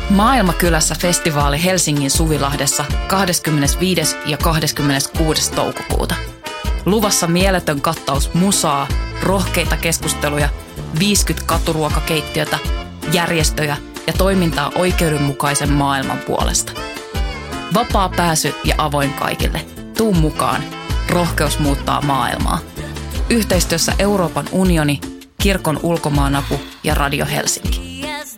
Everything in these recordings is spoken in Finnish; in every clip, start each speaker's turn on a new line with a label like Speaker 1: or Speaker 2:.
Speaker 1: Maailmakylässä festivaali Helsingin Suvilahdessa 25. ja 26. toukokuuta. Luvassa mieletön kattaus musaa, rohkeita keskusteluja, 50 katuruokakeittiötä, järjestöjä ja toimintaa oikeudenmukaisen maailman puolesta. Vapaa pääsy ja avoin kaikille. Tuu mukaan. Rohkeus muuttaa maailmaa. Yhteistyössä Euroopan unioni, Kirkon ulkomaanapu ja Radio Helsinki.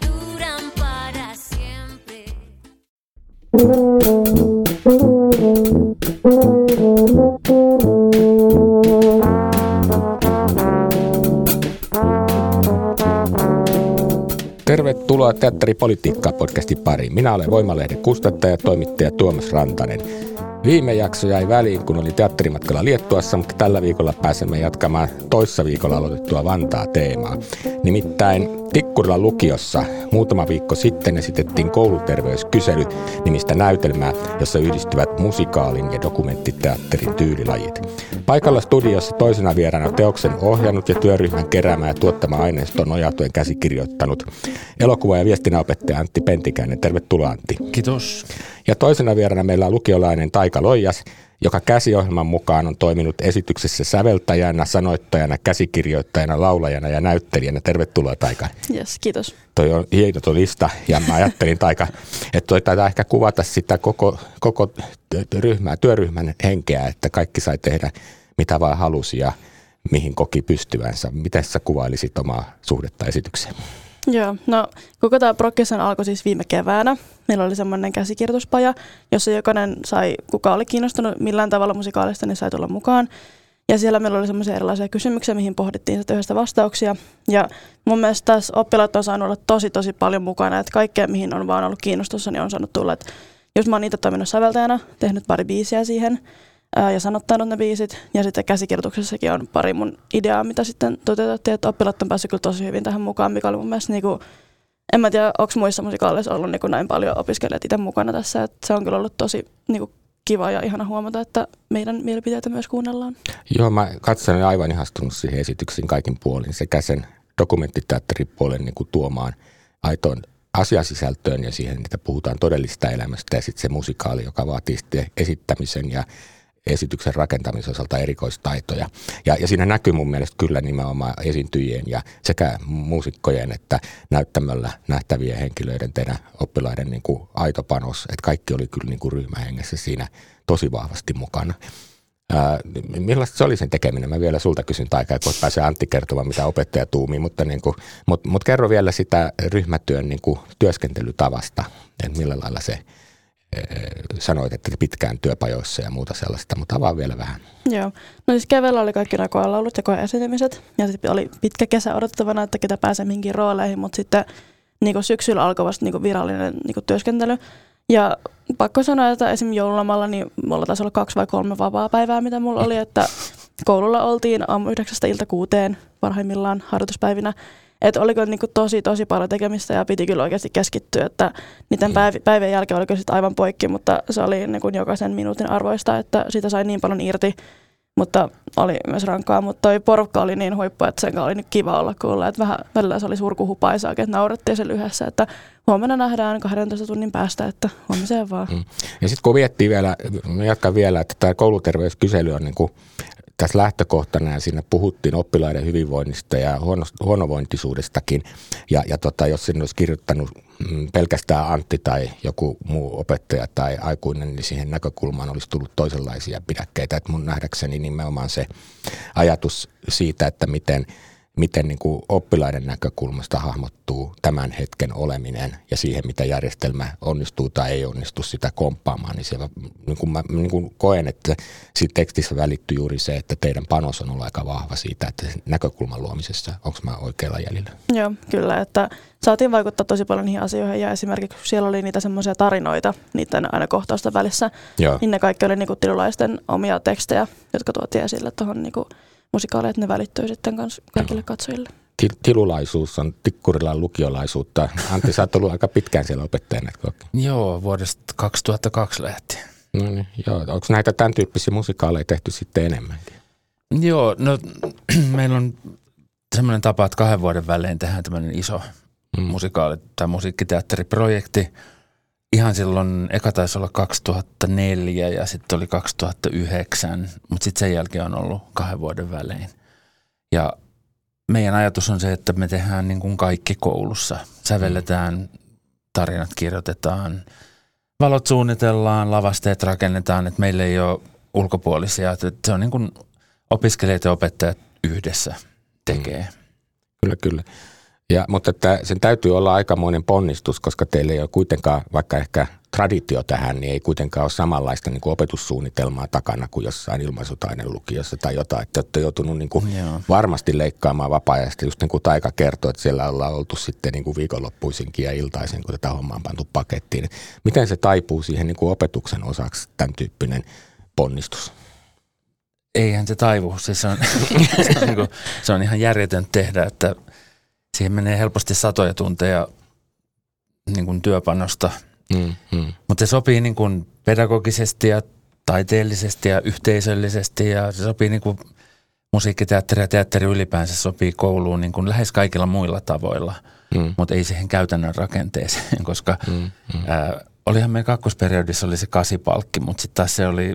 Speaker 2: Tervetuloa Teatteripolitiikkaa-podcastin pariin. Minä olen Voimalehden kustantaja ja toimittaja Tuomas Rantanen. Viime jakso jäi väliin, kun olin teatterimatkalla Liettuassa, mutta tällä viikolla pääsemme jatkamaan toissa viikolla aloitettua Vantaa-teemaa. Nimittäin Tikkurilan lukiossa muutama viikko sitten esitettiin kouluterveyskysely nimistä näytelmää, jossa yhdistyvät musikaalin ja dokumenttiteatterin tyylilajit. Paikalla studiossa toisena vieraana teoksen ohjannut ja työryhmän keräämä ja tuottama aineiston nojautuen käsikirjoittanut elokuva- ja viestinnäopettaja Antti Pentikäinen. Tervetuloa, Antti.
Speaker 3: Kiitos.
Speaker 2: Ja toisena vieraana meillä on lukiolainen Taika Loijas, joka käsiohjelman mukaan on toiminut esityksessä säveltäjänä, sanoittajana, käsikirjoittajana, laulajana ja näyttelijänä. Tervetuloa, Taika.
Speaker 4: Yes, kiitos.
Speaker 2: Toi on hieno tuo lista ja mä ajattelin, Taika, että taitaa ehkä kuvata sitä koko työryhmän henkeä, että kaikki sai tehdä mitä vaan halusi ja mihin koki pystyvänsä. Miten sä kuvailisit omaa suhdetta esitykseen?
Speaker 4: Joo, no koko tämä Prokkisen alkoi siis viime keväänä. Meillä oli semmoinen käsikirjoituspaja, jossa jokainen sai, kuka oli kiinnostunut millään tavalla musikaalista, niin sai tulla mukaan. Ja siellä meillä oli semmoisia erilaisia kysymyksiä, mihin pohdittiin sitten yhdessä vastauksia. Ja mun mielestä tässä oppilaat on saanut olla tosi paljon mukana, että kaikkea mihin on vaan ollut kiinnostussa, niin on saanut tulla. Että jos mä oon niitä toiminut säveltäjänä, tehnyt pari biisiä siihen ja sanottanut ne biisit. Ja sitten käsikirjoituksessakin on pari mun ideaa, mitä sitten toteutettiin, että oppilaat on päässyt kyllä tosi hyvin tähän mukaan, mikä oli mun mielestä niinku, en mä tiedä, onko muissa musikaaleissa ollut niinku näin paljon opiskelijat itse mukana tässä, että se on kyllä ollut tosi niinku kiva ja ihana huomata, että meidän mielipiteitä myös kuunnellaan.
Speaker 2: Joo, mä katsoin aivan ihastunut siihen esityksiin kaikin puolin, sekä sen dokumenttiteatteripuolen niin kuin tuomaan aitoon asiasisältöön ja siihen, että puhutaan todellisesta elämästä ja sitten se musikaali, joka vaatii sitten esittämisen ja esityksen rakentamisen osalta erikoistaitoja. Ja siinä näkyy mun mielestä kyllä nimenomaan esiintyjien ja sekä muusikkojen että näyttämöllä nähtävien henkilöiden teidän oppilaiden niin kuin aito panos, että kaikki oli kyllä niin kuin ryhmähengessä siinä tosi vahvasti mukana. Millaista se oli sen tekeminen? Mä vielä sulta kysyn Taika, kun pääsee Antti kertomaan, mitä opettaja tuumii, mutta kerro vielä sitä ryhmätyön niin kuin työskentelytavasta, että millä lailla se sanoit, että pitkään työpajoissa ja muuta sellaista, mutta avaa vielä vähän.
Speaker 4: Joo. No siis keväällä oli kaikki nämä koelaulut ja koeesitemiset ja sitten oli pitkä kesä odotettavana, että ketä pääsee mihinkin rooleihin, mutta sitten niin syksyllä alkoi vasta niin virallinen niin työskentely. Ja pakko sanoa, että esimerkiksi joululomalla niin mulla taisi olla 2 vai 3 vapaa-päivää, mitä mulla oli, että koululla oltiin aamu 9 ilta 6 parhaimmillaan harjoituspäivinä. Että oliko niinku tosi paljon tekemistä ja piti kyllä oikeasti keskittyä, että niiden päivän jälkeen oli kyllä aivan poikki, mutta se oli niinku jokaisen minuutin arvoista, että siitä sai niin paljon irti, mutta oli myös rankkaa. Mutta toi porukka oli niin huippu, että sen oli nyt kiva olla kuulla, että vähän välillä se oli surkuhupaisaa, että naurettiin sen lyhyessä, että huomenna nähdään 12 tunnin päästä, että huomiseen vaan.
Speaker 2: Ja sitten kun miettii vielä, jatkan vielä, että tämä kouluterveyskysely on niinku tässä lähtökohtana ja siinä puhuttiin oppilaiden hyvinvoinnista ja huonovointisuudestakin. Ja jos sinne olisi kirjoittanut pelkästään Antti tai joku muu opettaja tai aikuinen, niin siihen näkökulmaan olisi tullut toisenlaisia pidäkkeitä. Et mun nähdäkseni nimenomaan se ajatus siitä, että miten niin kuin oppilaiden näkökulmasta hahmottuu tämän hetken oleminen ja siihen, mitä järjestelmä onnistuu tai ei onnistu sitä komppaamaan, niin siellä, mä koen, että siitä tekstissä välittyy juuri se, että teidän panos on ollut aika vahva siitä, että näkökulman luomisessa, onko mä oikealla jäljellä?
Speaker 4: Joo, kyllä, että saatiin vaikuttaa tosi paljon niihin asioihin ja esimerkiksi siellä oli niitä semmoisia tarinoita niiden aina kohtausten välissä, niin ne kaikki oli niinku tilulaisten omia tekstejä, jotka tuotiin esille tuohon niinku musikaaleja, että ne välittyy sitten kanssa kaikille katsojille.
Speaker 2: Tilulaisuus on Tikkurilan lukiolaisuutta. Antti, sä oot ollut aika pitkään siellä opettajana.
Speaker 3: Joo, vuodesta 2002 lähtien.
Speaker 2: No niin, joo. Onko näitä tämän tyyppisiä musikaaleja tehty sitten enemmänkin?
Speaker 3: Joo, no meillä on semmoinen tapa, että 2 vuoden välein tehdään tämmöinen musikaali- tai musiikkiteatteriprojekti. Ihan silloin, eka taisi olla 2004 ja sitten oli 2009, mutta sitten sen jälkeen on ollut 2 vuoden välein. Ja meidän ajatus on se, että me tehdään niin kuin kaikki koulussa. Sävelletään, tarinat kirjoitetaan, valot suunnitellaan, lavasteet rakennetaan, että meillä ei ole ulkopuolisia. Että se on niin kuin opiskelijat ja opettajat yhdessä tekee.
Speaker 2: Kyllä. Mutta että sen täytyy olla aikamoinen ponnistus, koska teillä ei ole kuitenkaan, vaikka ehkä traditio tähän, niin ei kuitenkaan ole samanlaista niin kuin opetussuunnitelmaa takana kuin jossain ilmaisutainelukiossa tai jotain. Että olette joutunut niin kuin varmasti leikkaamaan vapaa-ajasta, just niin kuin Taika kertoi, että siellä ollaan oltu sitten niin kuin viikonloppuisinkin ja iltaisin, kun tätä hommaa on pantu pakettiin. Miten se taipuu siihen niin kuin opetuksen osaksi, tämän tyyppinen ponnistus?
Speaker 3: Eihän se taivu. Siis se on ihan järjetön tehdä, että siihen menee helposti satoja tunteja niin kuin työpanosta. Mutta se sopii niin kuin pedagogisesti ja taiteellisesti ja yhteisöllisesti ja se sopii niin kuin musiikkiteatteri ja teatteri ylipäänsä sopii kouluun niin kuin lähes kaikilla muilla tavoilla, mutta ei siihen käytännön rakenteeseen, koska olihan meidän kakkosperiodissa oli se 8-palkki, mutta sitten taas se oli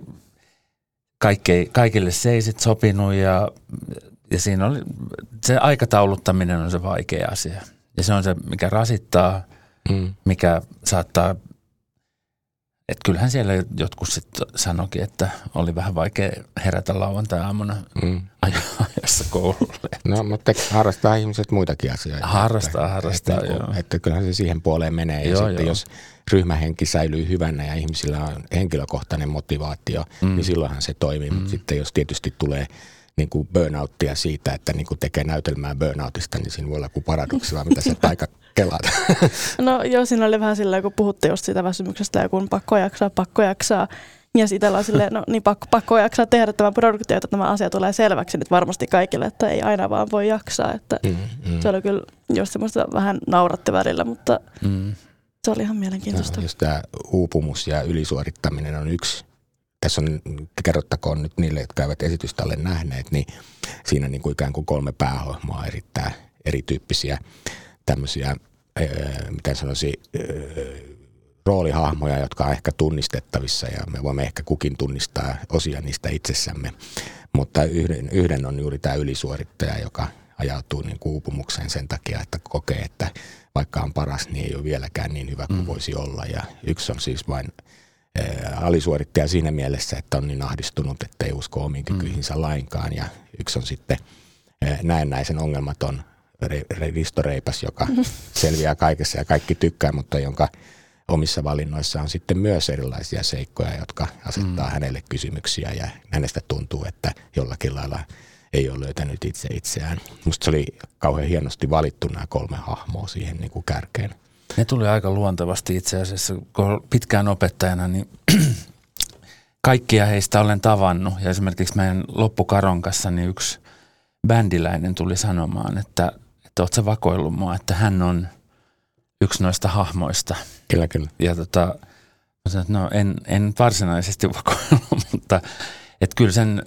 Speaker 3: kaikille se ei sit sopinut ja siinä oli, se aikatauluttaminen on se vaikea asia. Ja se on se, mikä rasittaa, mikä saattaa, että kyllähän siellä jotkut sitten sanoikin, että oli vähän vaikea herätä lauantai-aamuna ajoissa koululle.
Speaker 2: No, mutta harrastaa ihmiset muitakin asioita.
Speaker 3: Harrastaa, joo.
Speaker 2: Että kyllähän se siihen puoleen menee. Ja sitten jos ryhmähenki säilyy hyvänä ja ihmisillä on henkilökohtainen motivaatio, niin silloinhan se toimii. Mutta sitten jos tietysti tulee niin kuin burnouttia siitä, että niin kuin tekee näytelmää burnoutista, niin siinä voi olla joku paradoksilla, mitä se Taika kelaat.
Speaker 4: No joo, siinä oli vähän silleen, kun puhuttiin just siitä väsymyksestä ja kun pakko jaksaa. Ja sitten ollaan silleen, no niin pakko jaksaa tehdä tämä produktio, että tämä asia tulee selväksi nyt varmasti kaikille, että ei aina vaan voi jaksaa. Että se oli kyllä just semmoista vähän nauratti välillä, mutta se oli ihan mielenkiintoista.
Speaker 2: Jos tämä uupumus ja ylisuorittaminen on yksi. Tässä on, kerrottakoon nyt niille, jotka eivät esitystä ole nähneet, niin siinä niin kuin ikään kuin 3 päähahmoa erittäin erityyppisiä tämmöisiä, miten sanoisin, roolihahmoja, jotka on ehkä tunnistettavissa ja me voimme ehkä kukin tunnistaa osia niistä itsessämme. Mutta yhden on juuri tämä ylisuorittaja, joka ajautuu niin kuin uupumukseen sen takia, että kokee, että vaikka on paras, niin ei ole vieläkään niin hyvä kuin voisi olla. Ja yksi on siis vain alisuorittaja siinä mielessä, että on niin ahdistunut, että ei usko omiin kykyihinsä lainkaan. Ja yksi on sitten näennäisen ongelmaton Risto Reipäs, joka selviää kaikessa ja kaikki tykkää, mutta jonka omissa valinnoissa on sitten myös erilaisia seikkoja, jotka asettaa hänelle kysymyksiä ja hänestä tuntuu, että jollakin lailla ei ole löytänyt itse itseään. Musta se oli kauhean hienosti valittu nämä 3 hahmoa siihen niin kuin kärkeen.
Speaker 3: Ne tuli aika luontevasti itse asiassa, kun pitkään opettajana, niin kaikkia heistä olen tavannut. Ja esimerkiksi meidän loppukaronkassa niin yksi bändiläinen tuli sanomaan, että oot sä vakoillut mua, että hän on yksi noista hahmoista.
Speaker 2: Kyllä.
Speaker 3: Ja mä sanoin, että no en varsinaisesti vakoillut, mutta että kyllä sen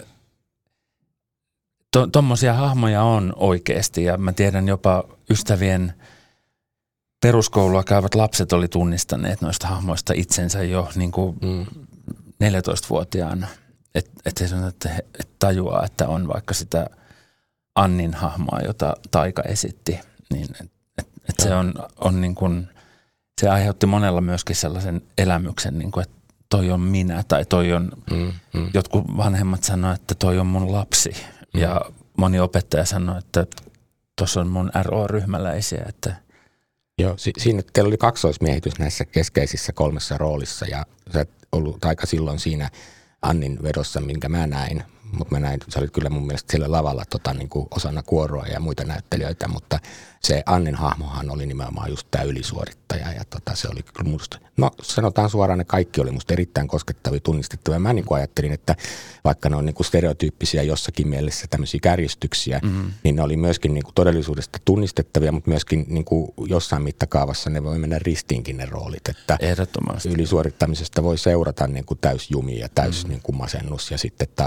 Speaker 3: tommosia hahmoja on oikeasti. Ja mä tiedän jopa ystävien peruskoulua käyvät lapset oli tunnistaneet noista hahmoista itsensä jo niin kuin 14-vuotiaana. Että he sanoo, että tajuaa, että on vaikka sitä Annin hahmoa, jota Taika esitti. Niin, että se on niin kuin, se aiheutti monella myöskin sellaisen elämyksen, niin kuin, että toi on minä tai toi on, jotkut vanhemmat sanoo, että toi on mun lapsi. Ja moni opettaja sanoo, että tuossa on mun RO-ryhmäläisiä, että
Speaker 2: joo, siinä teillä oli kaksoismiehitys näissä keskeisissä 3 roolissa ja sä et ollut aika silloin siinä Annin vedossa, minkä mä näin. Mutta mä näin, sä olit kyllä mun mielestä siellä lavalla niin kuin osana kuoroa ja muita näyttelijöitä, mutta se Annin hahmohan oli nimenomaan just tämä ylisuorittaja ja se oli kyllä musta, no sanotaan suoraan, ne kaikki oli musta erittäin koskettavia, tunnistettavia. Mä niin kuin ajattelin, että vaikka ne on niin kuin stereotyyppisiä jossakin mielessä tämmöisiä kärjistyksiä, niin ne oli myöskin niin kuin todellisuudesta tunnistettavia, mutta myöskin niin kuin jossain mittakaavassa ne voi mennä ristiinkin ne roolit, että
Speaker 3: ehdottomasti.
Speaker 2: Ylisuorittamisesta voi seurata niin kuin täysjumi ja täys niin kuin masennus ja sitten taas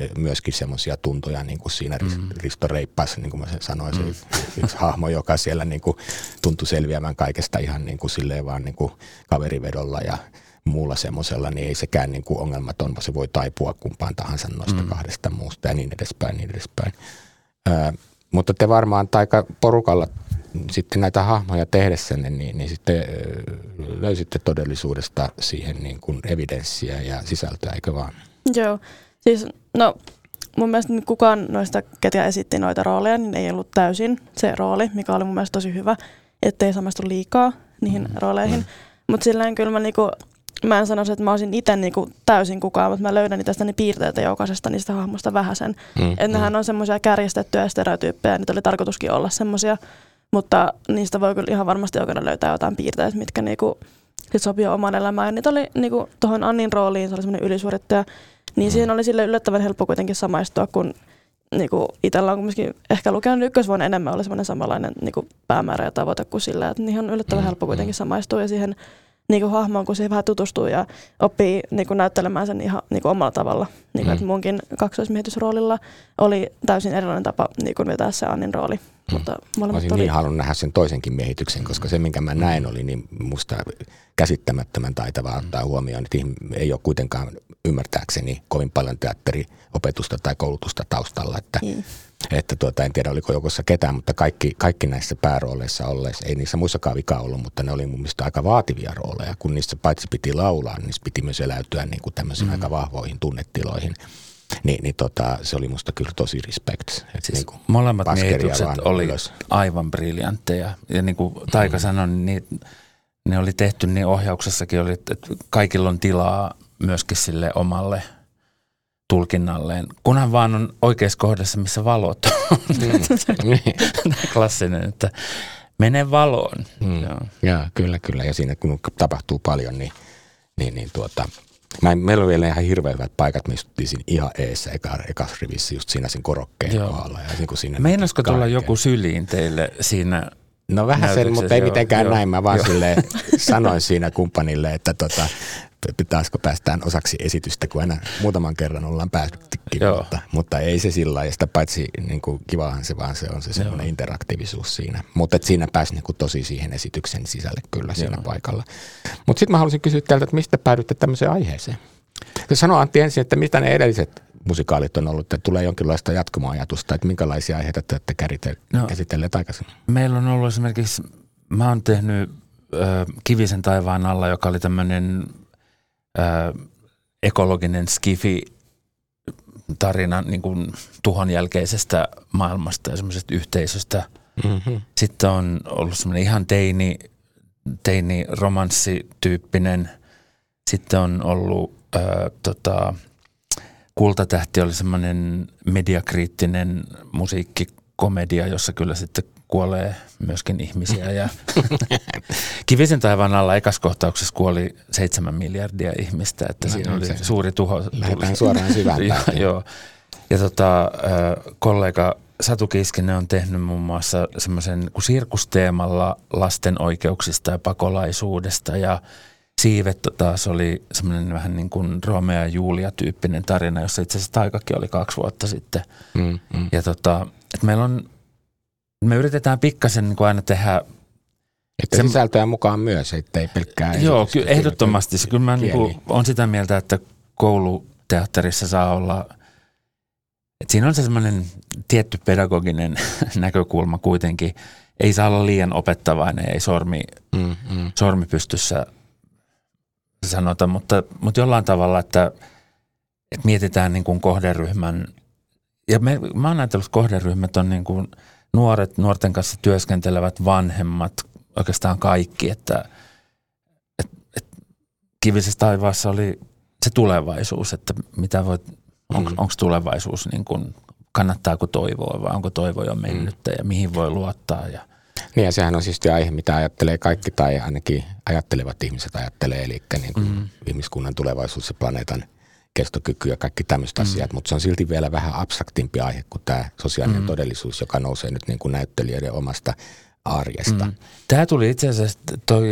Speaker 2: myöskin semmoisia tuntoja, niin kuin siinä Risto Reippas, niin kuin mä sen sanoin, se yksi hahmo, joka siellä niin kuin tuntui selviämään kaikesta ihan niin kuin silleen vaan niin kuin kaverivedolla ja muulla semmoisella, niin ei sekään niin kuin ongelmaton, vaan se voi taipua kumpaan tahansa noista kahdesta muusta ja niin edespäin. Mutta te varmaan taika porukalla sitten näitä hahmoja tehdessänne, niin sitten löysitte todellisuudesta siihen niin kuin evidenssiä ja sisältöä, eikö vaan?
Speaker 4: Joo, siis no mun mielestä kukaan noista, ketä esitti noita rooleja, niin ei ollut täysin se rooli, mikä oli mun mielestä tosi hyvä, ettei samastu liikaa niihin rooleihin. Mutta silleen kyllä mä en sanoisi, että mä olisin itse niinku täysin kukaan, mutta mä löydän tästä ne piirteitä jokaisesta niistä hahmosta vähäsen. Että nehän on semmoisia kärjestettyjä stereotyyppejä, niitä oli tarkoituskin olla semmoisia, mutta niistä voi kyllä ihan varmasti jokainen löytää jotain piirteitä, mitkä niinku sit sopii omaan elämään. Ja niitä oli niinku tuohon Annin rooliin, se oli semmoinen ylisuorittaja, niin siihen oli sille yllättävän helppo kuitenkin samaistua, kun niinku itsellä on kumminkin ehkä lukenut ykkösvuonna enemmän, oli semmoinen samanlainen niinku päämäärä ja tavoite kuin sillä, että niihin on yllättävän helppo kuitenkin samaistua ja siihen niinku hahmoon, kun siihen vähän tutustuu ja oppii niinku näyttelemään sen ihan niinku omalla tavalla. Niinku, että munkin kaksoismiehitysroolilla oli täysin erilainen tapa niinku vetää se Annin rooli. Mutta
Speaker 2: mä olisin niin halunnut nähdä sen toisenkin miehityksen, koska se, minkä mä näin, oli niin musta käsittämättömän taitavaa ottaa huomioon, että ei ole kuitenkaan ymmärtääkseni kovin paljon teatteriopetusta tai koulutusta taustalla, että en tiedä oliko joukossa ketään, mutta kaikki näissä päärooleissa olleissa, ei niissä muissakaan vikaa ollut, mutta ne oli mun mielestä aika vaativia rooleja, kun niissä paitsi piti laulaa, niin niissä piti myös eläytyä niin kuin tämmöisiin aika vahvoihin tunnetiloihin. Se oli musta kyllä tosi respect.
Speaker 3: Siis niin molemmat miehitykset oli aivan briljantteja. Ja niin kuin Taika sanoi, niin ne oli tehty niin ohjauksessakin, että kaikilla on tilaa myöskin sille omalle tulkinnalleen. Kunhan vaan on oikeassa kohdassa, missä valot on. Klassinen, että mene valoon.
Speaker 2: Ja, kyllä. Ja siinä kun tapahtuu paljon, meillä oli vielä ihan hirveän hyvät paikat, me istuttiin siinä ihan eessä ekas rivissä just siinä sen korokkeen kohdalla.
Speaker 3: Meinaisiko tulla joku syliin teille siinä?
Speaker 2: No vähän sen, mutta ei mitenkään näin. Mä vaan silleen sanoin siinä kumppanille, että taasko päästään osaksi esitystä, kun aina muutaman kerran ollaan päästytkin, mutta ei se sillä lailla. Ja sitä paitsi niin kuin kivahan se vaan se on se semmoinen interaktiivisuus siinä. Mutta siinä pääsi niin kuin tosi siihen esityksen sisälle kyllä siinä paikalla. Mutta sitten mä haluaisin kysyä teiltä, että mistä päädytte tämmöiseen aiheeseen? Sano Antti ensin, että mitä ne edelliset musikaalit on ollut, että tulee jonkinlaista jatkumoajatusta, että minkälaisia aiheita te olette käsitelleet aikaisemmin? Meillä on ollut
Speaker 3: esimerkiksi, mä oon tehnyt Kivisen taivaan alla, joka oli tämmöinen ekologinen skifi-tarina niin kuin tuhon jälkeisestä maailmasta ja semmoisesta yhteisöstä. Sitten on ollut semmoinen ihan teini-romanssityyppinen. Sitten on ollut Kultatähti oli semmoinen mediakriittinen musiikkikomedia, jossa kyllä sitten kuolee myöskin ihmisiä. Ja Kivisen taivaan alla ekas kohtauksessa kuoli 7 miljardia ihmistä, että siinä oli suuri tuho.
Speaker 2: Lähdetään suoraan syvään päähän.
Speaker 3: Joo. Ja kollega Satu Kiiskinen on tehnyt muun muassa semmoisen sirkusteemalla lasten oikeuksista ja pakolaisuudesta ja Siivet taas oli semmoinen vähän niin kuin Romeo ja Julia-tyyppinen tarina, jossa itse asiassa Taikakin oli 2 vuotta sitten. Ja että me yritetään pikkasen niin kuin aina tehdä
Speaker 2: että sisältöä mukaan myös, ettei pelkkää.
Speaker 3: Joo, ehdottomasti. Kyllä mä niin olen sitä mieltä, että kouluteatterissa saa olla, että siinä on se semmoinen tietty pedagoginen näkökulma kuitenkin. Ei saa olla liian opettavainen, ei sormi pystyssä sanota, mutta jollain tavalla, että mietitään niin kuin kohderyhmän, ja mä oon ajatellut, että kohderyhmät on niin kuin nuorten kanssa työskentelevät vanhemmat, oikeastaan kaikki, että Kivisessä taivaassa oli se tulevaisuus, että mitä onko tulevaisuus, niin kuin, kannattaako toivoa vai onko toivo jo mennyttä ja mihin voi luottaa ja
Speaker 2: niin ja sehän on siis aihe, mitä ajattelee kaikki tai ainakin ajattelevat ihmiset ajattelee, eli niin kuin ihmiskunnan tulevaisuus ja planeetan kestokyky ja kaikki tämmöiset asiat, mutta se on silti vielä vähän abstraktimpi aihe kuin tämä sosiaalinen todellisuus, joka nousee nyt niin kuin näyttelijöiden omasta arjesta.
Speaker 3: Tämä tuli itse asiassa, toi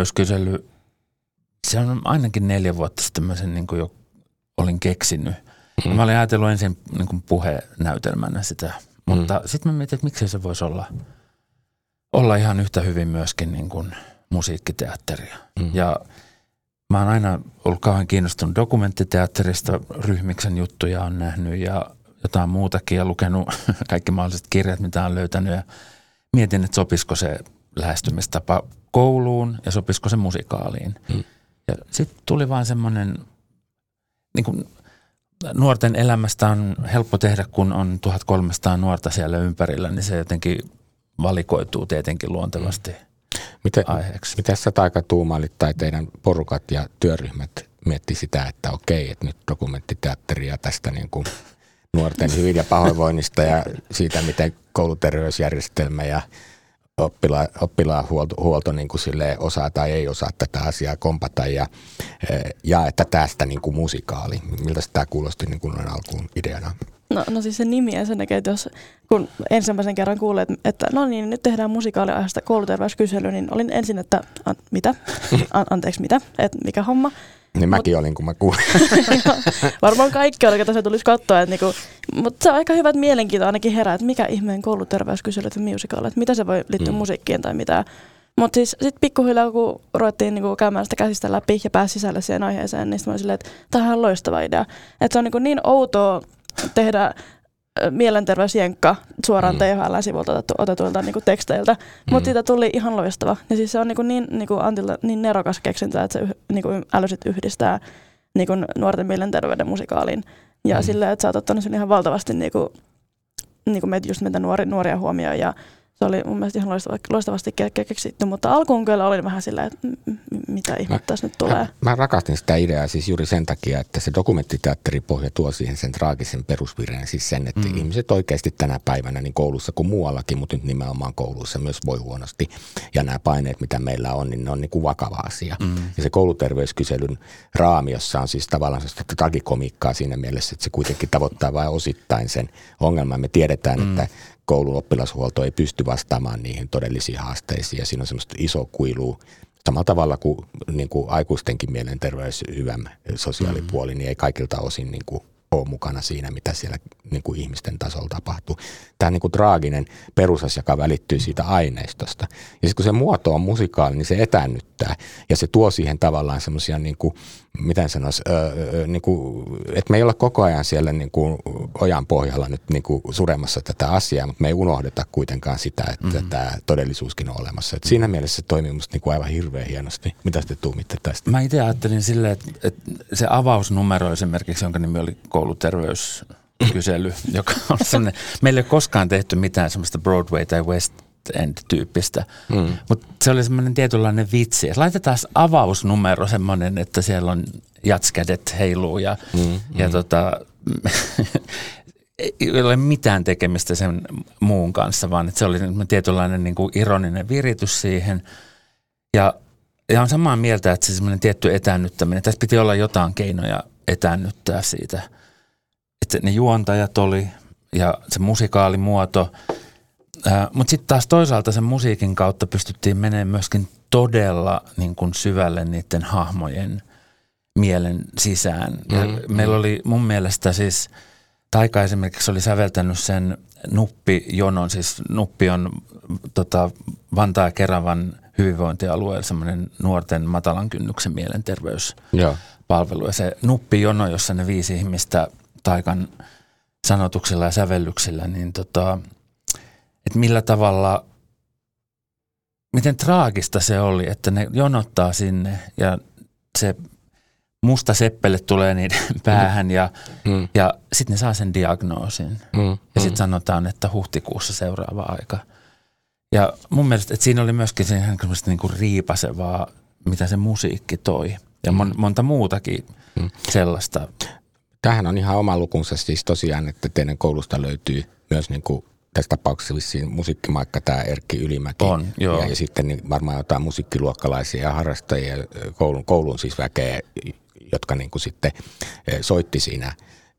Speaker 3: kouluterveyskysely, se on ainakin 4 vuotta sitten mä sen niin kuin jo olin keksinyt. Mä olin ajatellut ensin niin kuin puhenäytelmänä sitä, mutta sitten mä mietin, että miksei se voisi olla ihan yhtä hyvin myöskin niin kuin musiikkiteatteria. Ja mä oon aina ollut kauhean kiinnostunut dokumenttiteatterista, Ryhmiksen juttuja on nähnyt ja jotain muutakin ja lukenut kaikki mahdolliset kirjat, mitä on löytänyt ja mietin, että sopisiko se lähestymistapa kouluun ja sopisiko se musikaaliin. Ja sitten tuli vaan semmoinen, niin kuin nuorten elämästä on helppo tehdä, kun on 1300 nuorta siellä ympärillä, niin se jotenkin valikoituu tietenkin luontevasti aiheeksi.
Speaker 2: Miten sä taikatuumailit tai teidän porukat ja työryhmät mietti sitä, että okei, että nyt dokumenttiteatteria tästä niin kuin nuorten hyvin ja pahoinvoinnista ja siitä, miten kouluterveysjärjestelmä ja oppilaanhuolto niin kuin silleen osaa tai ei osaa tätä asiaa kompata ja että tästä niin kuin musikaali. Miltä tämä kuulosti niin kuin alkuun ideana?
Speaker 4: No siis se nimi ja sen näkee, että kun ensimmäisen kerran kuulin, että no niin, nyt tehdään musikaaliaiheesta kouluterveyskysely, niin olin ensin, että mitä? Anteeksi, mitä? Että mikä homma?
Speaker 2: Niin mäkin olin, kun mä kuulin.
Speaker 4: Varmaan kaikki oli, että se tulisi katsoa. Mutta se on aika hyvä, että mielenkiinto ainakin herää, että mikä ihmeen kouluterveyskysely ja musikaali, että mitä se voi liittyä musiikkiin tai mitä. Mutta siis sitten pikkuhiljaa, kun ruvettiin käymään sitä käsistä läpi ja pääsi sisälle siihen aiheeseen, niin sitten mä olin silleen, että tämä on loistava idea. Että se on niin outoa tehdä mielenterveysjenkka suoraan THL-sivulta otetuilta teksteiltä, mutta siitä tuli ihan loistava. Ja siis se on Antilta niin nerokas keksintö, että se älysit yhdistää nuorten mielenterveyden musikaaliin. Ja silleen, että sä oot ottanut sen ihan valtavasti just meitä nuoria huomioon. Ja se oli mun mielestä ihan loistavasti keksitty, mutta alkuun kyllä oli vähän silleen, että mitä ihmettä tässä nyt tulee.
Speaker 2: Mä rakastin sitä ideaa siis juuri sen takia, että se dokumenttiteatteripohja tuo siihen sen traagisen perusvireen, siis sen, että ihmiset oikeasti tänä päivänä niin koulussa kuin muuallakin, mutta nyt nimenomaan koulussa myös voi huonosti. Ja nämä paineet, mitä meillä on, niin ne on niin kuin vakava asia. Ja se kouluterveyskyselyn raami, jossa on siis tavallaan sitä tragikomiikkaa siinä mielessä, että se kuitenkin tavoittaa vain osittain sen ongelman. Me tiedetään, että koulun oppilashuolto ei pysty vastaamaan niihin todellisiin haasteisiin ja siinä on semmoista iso kuilua. Samalla tavalla kuin, aikuistenkin mielenterveys, YM, sosiaalipuoli, niin ei kaikilta osin ole mukana siinä, mitä siellä ihmisten tasolla tapahtuu. Tämä traaginen perusasia, joka välittyy siitä aineistosta. Ja sitten kun se muoto on musikaali, niin se etäännyttää ja se tuo siihen tavallaan semmoisia, miten sanoisi, että me ei olla koko ajan siellä ojan pohjalla nyt suremassa tätä asiaa, mutta me ei unohdeta kuitenkaan sitä, että tämä todellisuuskin on olemassa. Et siinä mielessä se toimii musta aivan hirveän hienosti. Mitä te tuumitte tästä?
Speaker 3: Mä itse ajattelin silleen, että se avausnumero esimerkiksi, jonka nimi oli kouluterveyskysely, joka on sellainen, meillä ei ole koskaan tehty mitään semmoista Broadway tai West End-tyyppistä, mutta se oli semmoinen tietynlainen vitsi. Et laitetaan avausnumero semmoinen, että siellä on jatskädet heiluu ja ei ole mitään tekemistä sen muun kanssa, vaan että se oli tietynlainen ironinen viritys siihen. Ja on samaa mieltä, että se semmoinen tietty etäännyttäminen, tässä piti olla jotain keinoja etäännyttää siitä. Että ne juontajat oli ja se musikaalimuoto. Mutta sitten taas toisaalta sen musiikin kautta pystyttiin menemään myöskin todella syvälle niiden hahmojen mielen sisään. Meillä oli mun mielestä siis, Taika esimerkiksi oli säveltänyt sen Nuppi-jonon, siis Nuppi on Vantaa ja Keravan hyvinvointialueella semmoinen nuorten matalan kynnyksen mielenterveyspalvelu. Ja se Nuppi-jono, jossa ne 5 ihmistä Taikan sanotuksilla ja sävellyksillä, niin että millä tavalla, miten traagista se oli, että ne jonottaa sinne ja se musta seppele tulee niiden päähän ja sitten ne saa sen diagnoosin. Ja sitten sanotaan, että huhtikuussa seuraava aika. Ja mun mielestä, että siinä oli myöskin semmoista riipasevaa, mitä se musiikki toi. Ja monta muutakin sellaista.
Speaker 2: Tämähän on ihan oma lukunsa siis tosiaan, että teidän koulusta löytyy myös tässä tapauksessa vissiin musiikkimaikka tämä Erkki Ylimäki.
Speaker 3: On, joo.
Speaker 2: Ja sitten niin varmaan jotain musiikkiluokkalaisia ja harrastajia, koulun siis väkeä, jotka sitten soitti siinä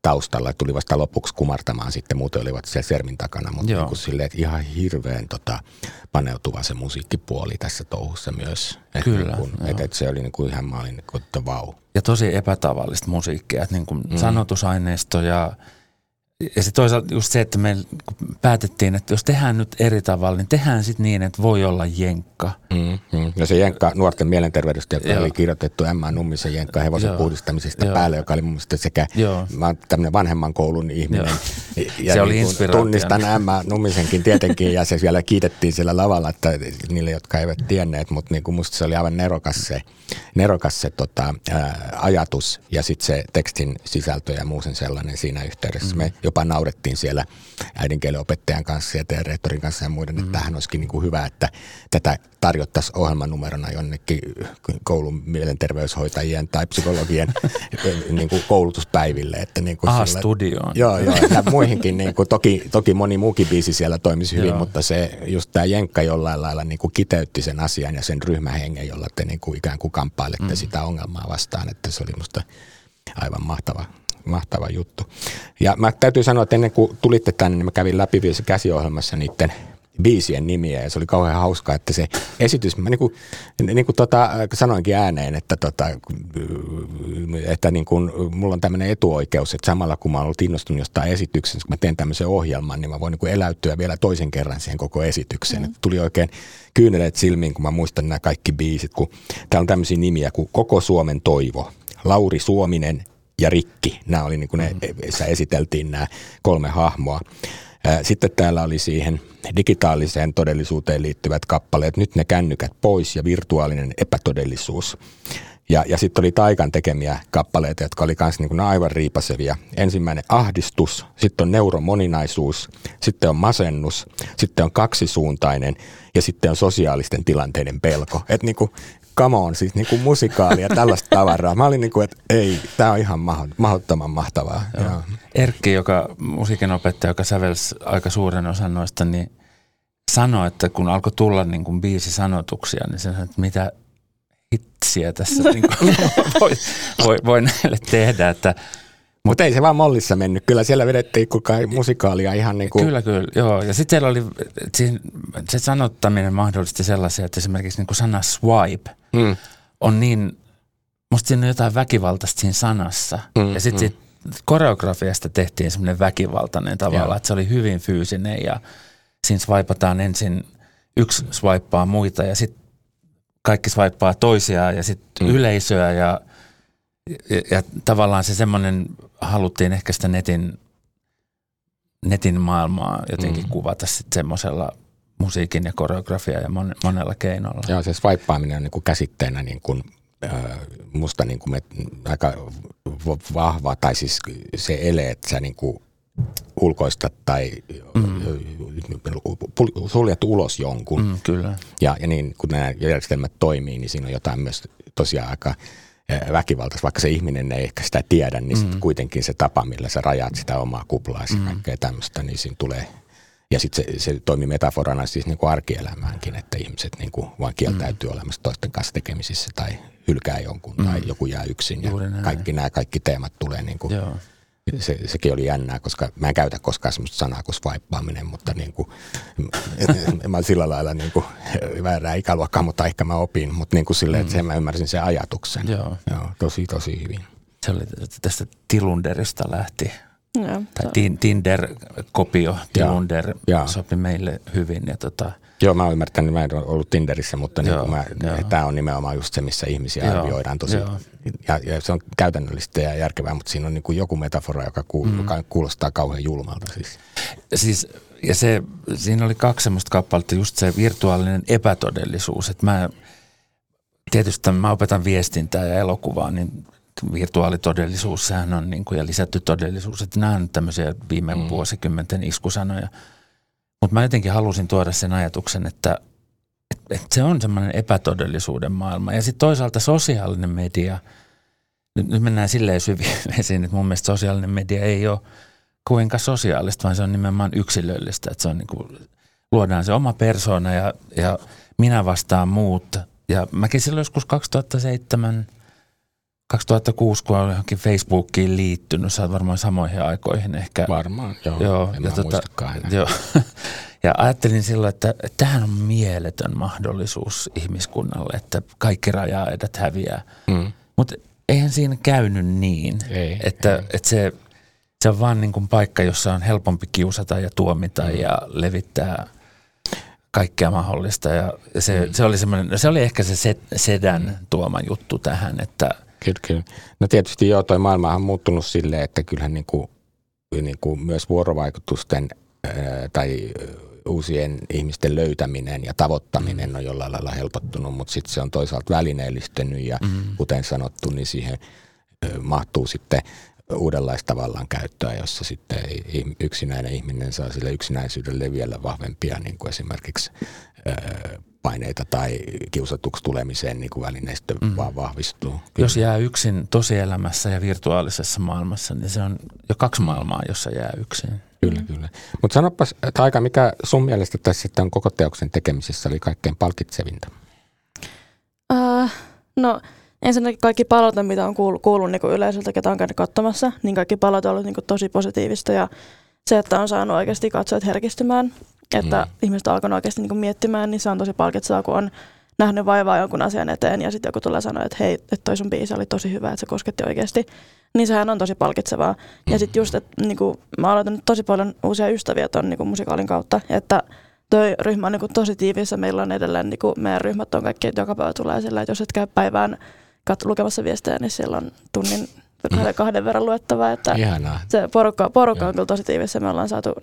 Speaker 2: taustalla. Tuli vasta lopuksi kumartamaan sitten, muuten olivat siellä sermin takana, mutta niin kuin silleen, että ihan hirveän paneutuva se musiikkipuoli tässä touhussa myös.
Speaker 3: Kyllä.
Speaker 2: Että se oli niin kuin ihan, mä olin niin kuin, että vau.
Speaker 3: Ja tosi epätavallista musiikkia, että niin kuin sanotusaineisto ja sitten toisaalta just se, että me päätettiin, että jos tehdään nyt eri tavalla, niin tehdään sitten niin, että voi olla jenkka.
Speaker 2: Ja se jenkka nuorten mielenterveydestä, joka oli kirjoitettu Emma Nummisen jenkka hevosen puhdistamisesta päälle, joka oli mun mielestä sekä, mä oon tämmöinen vanhemman koulun ihminen. Ja
Speaker 3: se oli
Speaker 2: niin
Speaker 3: inspiraatio.
Speaker 2: Tunnistan Emma Nummisenkin tietenkin, ja se vielä kiitettiin siellä lavalla, että niille, jotka eivät tienneet, mutta niin kuin musta se oli aivan nerokas se ajatus, ja sitten se tekstin sisältö ja muu sen sellainen siinä yhteydessä. Me jopa naurettiin siellä äidinkielen opettajan kanssa ja rehtorin kanssa ja muiden, että tämähän olisikin niin kuin hyvä, että tätä tarjottaisiin ohjelmanumerona jonnekin koulun mielenterveyshoitajien tai psykologien niin kuin koulutuspäiville. Että niin kuin
Speaker 3: studioon.
Speaker 2: Joo, ja muihinkin. Niin kuin, toki moni muukin biisi siellä toimisi hyvin, mutta se just tämä jenkka jollain lailla niin kuin kiteytti sen asian ja sen ryhmähengen, jolla te niin kuin ikään kuin kamppailette sitä ongelmaa vastaan, että se oli musta aivan mahtava juttu. Ja mä täytyy sanoa, että ennen kuin tulitte tänne, niin mä kävin läpi vielä käsiohjelmassa niiden biisien nimiä, ja se oli kauhean hauskaa, että se esitys, mä sanoinkin ääneen, että niin kuin, mulla on tämmöinen etuoikeus, että samalla kun mä oon ollut innostunut jostain esityksestä, kun mä teen tämmöisen ohjelman, niin mä voin niin kuin eläytyä vielä toisen kerran siihen koko esitykseen. Että tuli oikein kyyneleet silmiin, kun mä muistan nämä kaikki biisit, kun täällä on tämmöisiä nimiä kuin Koko Suomen toivo, Lauri Suominen ja Rikki. Nämä oli niin kuin sä esiteltiin nämä 3 hahmoa. Sitten täällä oli siihen digitaaliseen todellisuuteen liittyvät kappaleet, nyt ne kännykät pois ja virtuaalinen epätodellisuus. Ja sitten oli Taikan tekemiä kappaleita, jotka oli myös niin aivan riipasevia. Ensimmäinen ahdistus, sitten on neuromoninaisuus, sitten on masennus, sitten on kaksisuuntainen ja sitten on sosiaalisten tilanteiden pelko. Että niin kuin, come on, siis niin kuin musikaali ja tällaista tavaraa. Mä olin niin kuin, että ei, tää on ihan mahdottoman mahtavaa. Joo.
Speaker 3: Erkki, musiikinopettaja, joka sävelsi aika suuren osan noista, niin sanoi, että kun alkoi tulla niin kuin biisisanotuksia, niin se sanoi, että mitä hitsiä tässä niin kuin voi näille tehdä.
Speaker 2: Mutta ei se vaan mollissa mennyt. Kyllä siellä vedettiin musikaalia ihan niin kuin...
Speaker 3: Kyllä, joo. Ja sitten siellä oli, se sanottaminen mahdollisti sellaisia, että esimerkiksi niin kuin sana swipe on niin, musta siinä on jotain väkivaltaista siinä sanassa. Ja sitten koreografiasta tehtiin semmoinen väkivaltainen tavalla, että se oli hyvin fyysinen ja siinä swipataan ensin, yksi swipaa muita ja sitten kaikki swipaa toisiaan ja sitten yleisöä ja tavallaan se semmoinen, haluttiin ehkä sitä netin maailmaa jotenkin kuvata sitten semmoisella musiikin ja koreografia ja monella keinolla.
Speaker 2: Joo, se swipeaaminen on niin kuin käsitteenä niin kuin, musta niin kuin aika vahva, tai siis se ele, että sä niin kuin ulkoistat tai suljet ulos jonkun.
Speaker 3: Kyllä.
Speaker 2: Ja niin kun nämä järjestelmät toimii, niin siinä on jotain myös tosiaan aika väkivaltaista, vaikka se ihminen ei ehkä sitä tiedä, niin sitten kuitenkin se tapa, millä sä rajaat sitä omaa kuplaasi ja kaikkea tämmöistä, niin siinä tulee. Ja sitten se toimii metaforana siis niin kuin arkielämäänkin, että ihmiset niin kuin vaan kieltäytyy olemassa toisten kanssa tekemisissä tai hylkää jonkun tai joku jää yksin. Ja kaikki teemat tulee niin kuin, sekin oli jännää, koska mä en käytä koskaan semmoista sanaa kuin swipeaaminen, mutta niin kuin, mä olen sillä lailla niin kuin väärää ikäluokkaa, mutta ehkä mä opin, mutta niin kuin silleen, että mä ymmärsin sen ajatuksen. Joo, tosi hyvin.
Speaker 3: Se oli tästä Tilunderista lähti. Tai Tinder-kopio, Tilunder sopi meille hyvin. Ja
Speaker 2: Joo, mä oon ymmärtänyt, mä en ole ollut Tinderissä, mutta niin tämä on nimenomaan just se, missä ihmisiä arvioidaan tosi. Ja se on käytännöllistä ja järkevää, mutta siinä on niin kuin joku metafora, joka kuulostaa kauhean julmalta.
Speaker 3: Ja siinä oli 2 semmoista kappaletta, just se virtuaalinen epätodellisuus. Että tietysti mä opetan viestintää ja elokuvaa, niin virtuaalitodellisuus, sehän on niin kuin, ja lisätty todellisuus, että nämä on tämmöisiä viime vuosikymmenten iskusanoja. Mutta mä jotenkin halusin tuoda sen ajatuksen, että se on semmoinen epätodellisuuden maailma. Ja sitten toisaalta sosiaalinen media, nyt mennään silleen syviin esiin, että mun mielestä sosiaalinen media ei ole kuinka sosiaalista, vaan se on nimenomaan yksilöllistä. Että se on niin kuin, luodaan se oma persoona ja minä vastaan muut. Ja mäkin silloin joskus 2007 2006, kun olen johonkin Facebookiin liittynyt, sä oot varmaan samoihin aikoihin ehkä.
Speaker 2: Varmaan, joo. En mä muistakaan enää.
Speaker 3: Joo. Ja ajattelin silloin, että tämähän on mieletön mahdollisuus ihmiskunnalle, että kaikki raja-aidat häviää. Mutta eihän siinä käynyt niin, että se on vaan niin kuin paikka, jossa on helpompi kiusata ja tuomita ja levittää kaikkea mahdollista. Ja se oli ehkä se sedän tuoma juttu tähän, että
Speaker 2: Kyllä. No tietysti toi maailma on muuttunut silleen, että kyllähän niin kuin myös vuorovaikutusten tai uusien ihmisten löytäminen ja tavoittaminen on jollain lailla helpottunut, mutta sitten se on toisaalta välineellistynyt ja kuten sanottu, niin siihen mahtuu sitten uudenlaista vallankäyttöä, jossa sitten yksinäinen ihminen saa sille yksinäisyydelle vielä vahvempia niin kuin esimerkiksi paineita tai kiusatuksi tulemiseen niin kuin välineistö vaan vahvistuu.
Speaker 3: Jos jää yksin tosielämässä ja virtuaalisessa maailmassa, niin se on jo 2 maailmaa, jossa jää yksin.
Speaker 2: Kyllä. Mutta sanopas, Taika, mikä sun mielestä tässä tämän koko teoksen tekemisessä oli kaikkein palkitsevinta?
Speaker 4: No ensinnäkin kaikki palaute, mitä on kuullut niin kuin yleisöltä, ketä on käynyt katsomassa, niin kaikki palaute on ollut niin kuin tosi positiivista ja se, että on saanut oikeasti katsojat herkistymään, että ihmiset on alkanut oikeasti niin kuin miettimään, niin se on tosi palkitsevaa, kun on nähnyt vaivaa jonkun asian eteen ja sitten joku tulee sanoa, että hei, että toi sun biisi oli tosi hyvä, että se kosketti oikeasti, niin sehän on tosi palkitsevaa. Ja sitten just, että niin kuin, mä aloitan nyt tosi paljon uusia ystäviä ton niin kuin musikaalin kautta, että toi ryhmä on niin kuin tosi tiiviissä, meillä on edelleen, niin kuin meidän ryhmät on kaikki, että joka päivä tulee sillä, että jos et käy päivään lukemassa viestejä, niin siellä on tunnin 2 verran luettavaa, että se porukka on kyllä tosi tiivissä, me ollaan saatu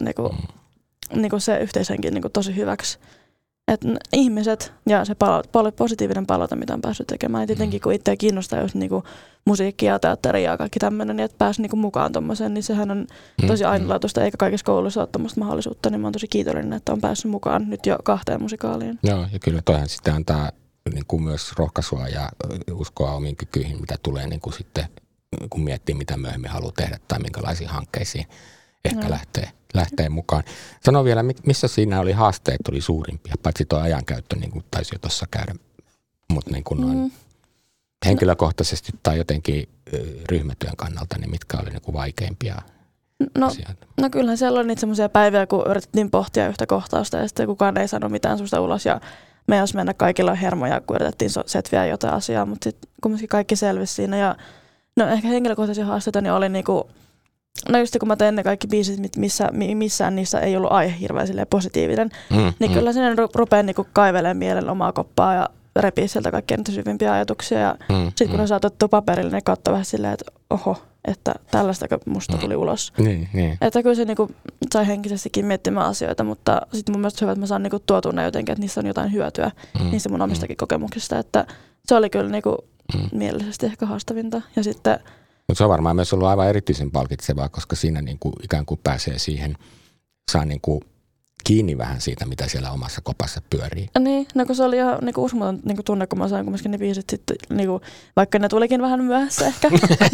Speaker 4: niinku se yhteishenki niinku tosi hyväksi. Et ihmiset ja se positiivinen palaute, mitä on päässyt tekemään. Ja tietenkin kun itseä kiinnostaa just niinku musiikkia ja teatteria ja kaikki tämmöinen, niin että pääsi niinku mukaan tommoseen, niin sehän on tosi ainutlaatuista, eikä kaikissa kouluissa ole tommoista mahdollisuutta, niin mä oon tosi kiitollinen, että on päässyt mukaan nyt jo 2 musikaaliin.
Speaker 2: Joo, ja kyllä toihan sitten antaa niin kuin myös rohkaisua ja uskoa omiin kykyihin, mitä tulee niin kuin sitten, kun miettii, mitä myöhemmin haluaa tehdä tai minkälaisiin hankkeisiin ehkä lähtee mukaan. Sano vielä, missä siinä oli haasteet oli suurimpia, paitsi tuo ajankäyttö, niin kuin taisi jo tuossa käydä, mutta niin kuin noin henkilökohtaisesti tai jotenkin ryhmätyön kannalta, niin mitkä oli niin kuin vaikeimpia asioita?
Speaker 4: No kyllähän siellä oli niitä semmoisia päiviä, kun yritettiin pohtia yhtä kohtausta ja sitten kukaan ei sano mitään susta ulos ja me jos mennä kaikilla hermoja, kun yritettiin setviä jotain asiaa, mutta sitten kumminkin kaikki selvisi siinä. Ja no ehkä henkilökohtaisia haasteita niin oli niinku, no just kun mä tein ne kaikki biisit, missään niissä ei ollut aihe hirveän positiivinen, niin kyllä sinne rupeaa niinku kaivelemaan mielen omaa koppaa ja repii sieltä kaikkia niitä syvimpiä ajatuksia. Ja sitten kun on saatettu paperille, niin katsoo vähän silleen, että oho, että tällaistako musta tuli ulos.
Speaker 2: Niin.
Speaker 4: Että kyllä se niinku sai henkisestikin miettimään asioita, mutta sitten mun mielestä hyvä, että mä saan niinku tuotua ne jotenkin, että niissä on jotain hyötyä niissä mun omistakin kokemuksista. Että se oli kyllä niinku mielellisesti ehkä haastavinta. Ja sitten
Speaker 2: se on varmaan myös ollut aivan erityisen palkitsevaa, koska siinä niinku ikään kuin pääsee siihen, saa niinku kiinni vähän siitä, mitä siellä omassa kopassa pyörii.
Speaker 4: Niin, no kun se oli ihan niinku uskomaton niinku tunne, kun mä sain kumminkin ne biisit sitten, niinku, vaikka ne tulikin vähän myöhässä ehkä,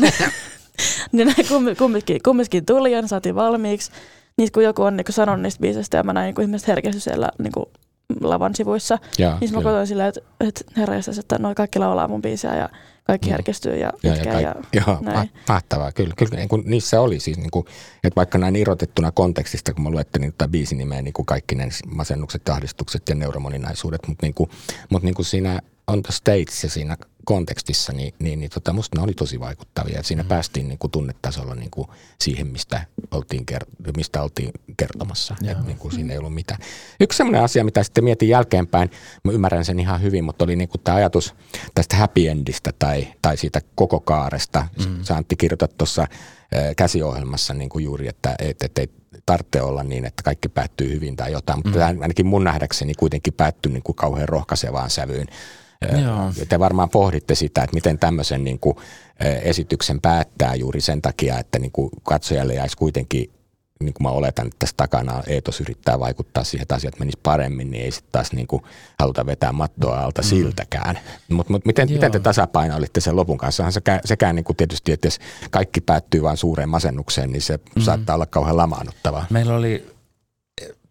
Speaker 4: niin ne kumminkin tuli ja ne saatiin valmiiksi. Niin kun joku on niinku sanonut niistä biisistä ja mä näin niinku ihmiset herkesty siellä niinku lavan sivuissa, niin mä katsoin silleen, että herraistas, että noi kaikki laulaa mun biisiä ja kaikki herkistyy ja itkee
Speaker 2: Joo, mahtavaa. Kyllä niin kuin niissä oli siis, niin kuin, että vaikka näin irrotettuna kontekstista, kun mä luettelin tätä biisin nimeä, niin kuin kaikki ne masennukset, ahdistukset ja neuromoninaisuudet, mutta niin kuin siinä on the stage ja siinä kontekstissa, niin musta ne oli tosi vaikuttavia. Siinä päästiin niin kuin tunnetasolla niin kuin siihen, mistä oltiin kertomassa. Niin kuin siinä ei ollut mitään. Yksi sellainen asia, mitä sitten mietin jälkeenpäin, mä ymmärrän sen ihan hyvin, mutta oli niin kuin tämä ajatus tästä happy endistä tai siitä koko kaaresta. Sä Antti kirjoitat tuossa käsiohjelmassa niin kuin juuri, että ei tarvitse olla niin, että kaikki päättyy hyvin tai jotain, mutta ainakin mun nähdäkseni kuitenkin päättyi niin kuin kauhean rohkaisevaan sävyyn. Te varmaan pohditte sitä, että miten tämmöisen niin kuin esityksen päättää juuri sen takia, että niin kuin katsojalle jäisi kuitenkin, niin kuin mä oletan, että tässä takana eetos yrittää vaikuttaa siihen, että asiat menis paremmin, niin ei sitten taas niin kuin haluta vetää mattoa alta siltäkään. Mutta miten te tasapainoilitte sen lopun kanssa? Sekään niin kuin tietysti, että jos kaikki päättyy vain suureen masennukseen, niin se saattaa olla kauhean lamaannuttavaa.
Speaker 3: Meillä oli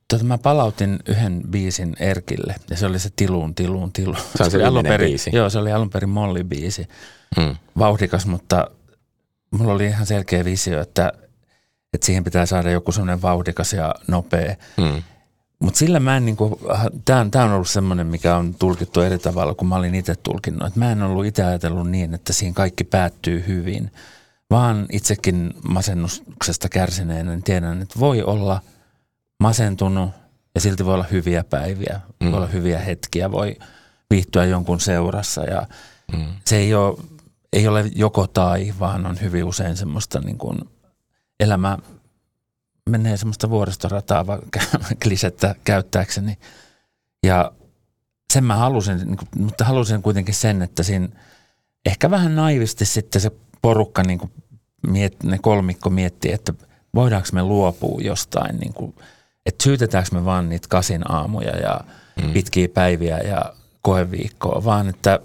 Speaker 3: Mä palautin yhden biisin Erkille ja se oli se Tiluun.
Speaker 2: Se on se viimeinen biisi.
Speaker 3: Joo, se oli alun perin Molly-biisi. Vauhdikas, mutta mulla oli ihan selkeä visio, että siihen pitää saada joku semmoinen vauhdikas ja nopea. Mutta sillä mä en tää on ollut semmoinen, mikä on tulkittu eri tavalla, kun mä olin itse tulkinnut. Et mä en ollut itse ajatellut niin, että siinä kaikki päättyy hyvin, vaan itsekin masennuksesta kärsineenä niin tiedän, että voi olla masentunut ja silti voi olla hyviä päiviä, voi olla hyviä hetkiä, voi viihtyä jonkun seurassa ja se ei ole joko tai, vaan on hyvin usein semmoista niin kuin elämä menee semmoista vuoristorataa klisettä käyttääkseni. Ja sen mä halusin, mutta halusin kuitenkin sen, että siinä ehkä vähän naivisti sitten se porukka, niin kuin ne kolmikko miettii, että voidaanko me luopua jostain, niin kuin, että syytetäänkö me vaan niitä 8 aamuja ja pitkiä päiviä ja koeviikkoa, vaan että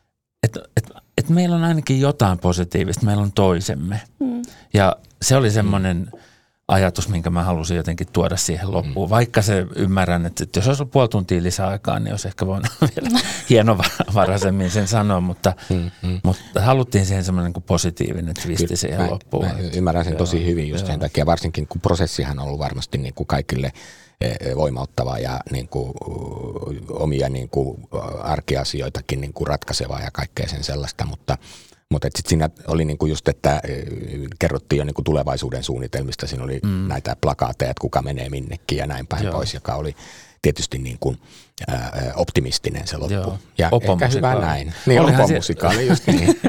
Speaker 3: meillä on ainakin jotain positiivista, meillä on toisemme. Ja se oli semmoinen ajatus, minkä mä halusin jotenkin tuoda siihen loppuun. Vaikka se ymmärrän, että jos olisi ollut 0,5 tuntia lisäaikaa, niin olisi ehkä voinut vielä hienovaraisemmin sen sanoa, mutta haluttiin siihen semmoinen niin positiivinen twisti siihen loppuun.
Speaker 2: Mä ymmärrän sen tosi hyvin just sen takia, varsinkin kun prosessihan on ollut varmasti niin kuin kaikille voimauttava ja niin kuin omia niin kuin arkiasioitakin niin kuin ratkaisevaa ja kaikkea sen sellaista, mutta sitten siinä oli niinku just, että kerrottiin jo niinku tulevaisuuden suunnitelmista. Siinä oli näitä plakaateja, että kuka menee minnekin ja näin päin pois, joka oli tietysti niinku, optimistinen se loppu. Joo. Ja ehkä hyvä näin. Niin, Opo-musikaali just niin.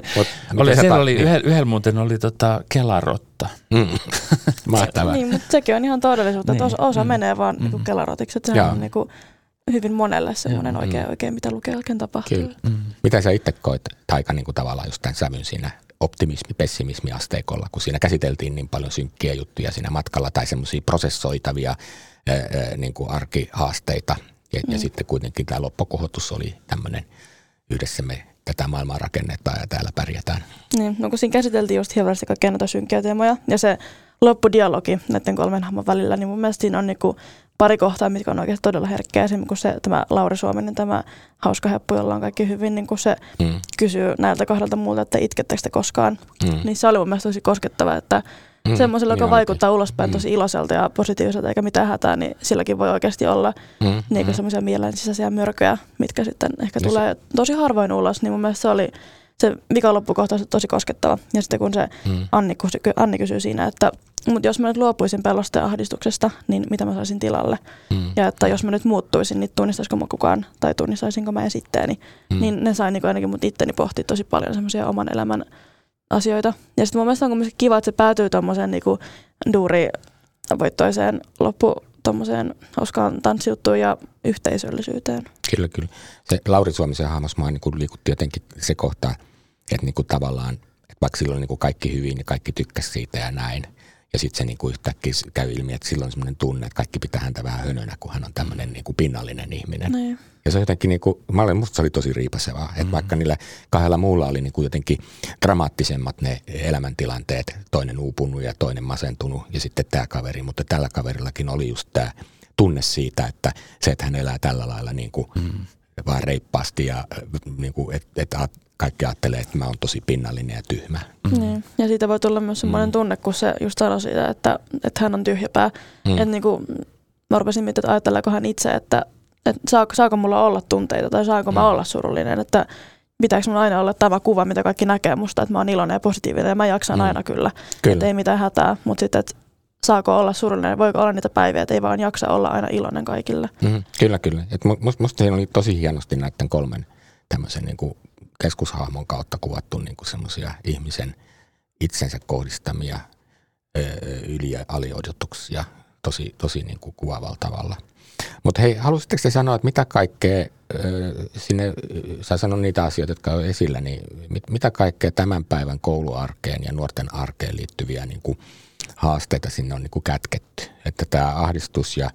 Speaker 3: Yhdellä muuten oli Kelarotta.
Speaker 2: Mahtavaa.
Speaker 4: Niin, mutta sekin on ihan todellisuutta, että osa menee vaan niinku Kelarotiksi, että sehän on niinku hyvin monelle semmoinen oikein, mitä lukee oikein tapahtuu.
Speaker 2: Kyllä. Mitä sä itse koit, Taika, niin kuin tavallaan just tämän sävyn siinä optimismi-pessimismi-asteikolla, kun siinä käsiteltiin niin paljon synkkiä juttuja siinä matkalla tai semmoisia prosessoitavia niin kuin arkihaasteita. Ja sitten kuitenkin tämä loppukohotus oli tämmöinen, yhdessä me tätä maailmaa rakennetaan ja täällä pärjätään. Niin,
Speaker 4: no kun siinä käsiteltiin just hirveästi kaikkia näitä synkkiä teemoja ja se loppudialogi näiden 3 hahmon välillä, niin mun mielestä siinä on niinku pari kohtaa, mitkä on oikeasti todella herkkää. Esimerkiksi tämä Lauri Suominen, tämä hauska heppu, jolla on kaikki hyvin, niin kun se kysyy näiltä 2 muulta, että itkettekö te koskaan. Niin se oli mun mielestä tosi koskettava, että semmoisella, joka vaikuttaa ulospäin tosi iloiselta ja positiiviselta eikä mitään hätää, niin silläkin voi oikeasti olla niin semmoisia mielen sisäisiä mörköjä, mitkä sitten ehkä tulee tosi harvoin ulos. Niin mun mielestä se viikonloppukohta on tosi koskettava. Ja sitten kun se Anni kysyy siinä, että mutta jos mä nyt luopuisin pelosta ja ahdistuksesta, niin mitä mä saisin tilalle? Ja että jos mä nyt muuttuisin, niin tunnistaisiko mä kukaan tai tunnistaisinko mä esitteeni? Niin ne sai niin ainakin mut itteni pohtia tosi paljon semmoisia oman elämän asioita. Ja sitten mun mielestä on kuitenkin kiva, että se päätyy tommoseen niinku duuravoittoiseen tommoseen hauskaan tanssijuttuun ja yhteisöllisyyteen.
Speaker 2: Kyllä. Se Lauri Suomisen hahmos mua niin liikutti jotenkin se kohta, että niin tavallaan, että vaikka silloin niin kaikki hyvin ja kaikki tykkäsi siitä ja näin. Ja sitten se niinku yhtäkkiä käy ilmi, että silloin on semmoinen tunne, että kaikki pitää häntä vähän hönönä, kun hän on tämmöinen niinku pinnallinen ihminen. Niin. Ja se on jotenkin, niinku, musta se oli tosi riipasevaa, että vaikka niillä 2 muulla oli niinku jotenkin dramaattisemmat ne elämäntilanteet, toinen uupunut ja toinen masentunut ja sitten tämä kaveri, mutta tällä kaverillakin oli just tämä tunne siitä, että se, että hän elää tällä lailla niinku vaan reippaasti ja niinku, että kaikki ajattelee, että mä oon tosi pinnallinen ja tyhmä.
Speaker 4: Niin. Ja siitä voi tulla myös semmoinen tunne, kun se just sanoi siitä, että hän on tyhjäpää. Että niinku, mä rupesin miettimään, että ajatteleeko hän itse, että saako mulla olla tunteita tai saako mä olla surullinen. Että pitääkö mun aina olla tämä kuva, mitä kaikki näkee musta, että mä oon iloinen ja positiivinen ja mä jaksan aina kyllä. Että ei mitään hätää, mutta sitten, että saako olla surullinen, voiko olla niitä päiviä, että ei vaan jaksa olla aina iloinen kaikille.
Speaker 2: Kyllä. Et musta siinä oli tosi hienosti näiden 3 tämmöisen niinku keskushahmon kautta kuvattu niinku semmoisia ihmisen itsensä kohdistamia yli- ja aliodotuksia tosi niinku kuvaavalla tavalla. Mutta hei, halusitteko te sanoa, että mitä kaikkea sinne, sä sanoit niitä asioita, jotka on esillä, niin mitä kaikkea tämän päivän kouluarkeen ja nuorten arkeen liittyviä niinku haasteita sinne on niinku kätketty? Että tämä ahdistus ja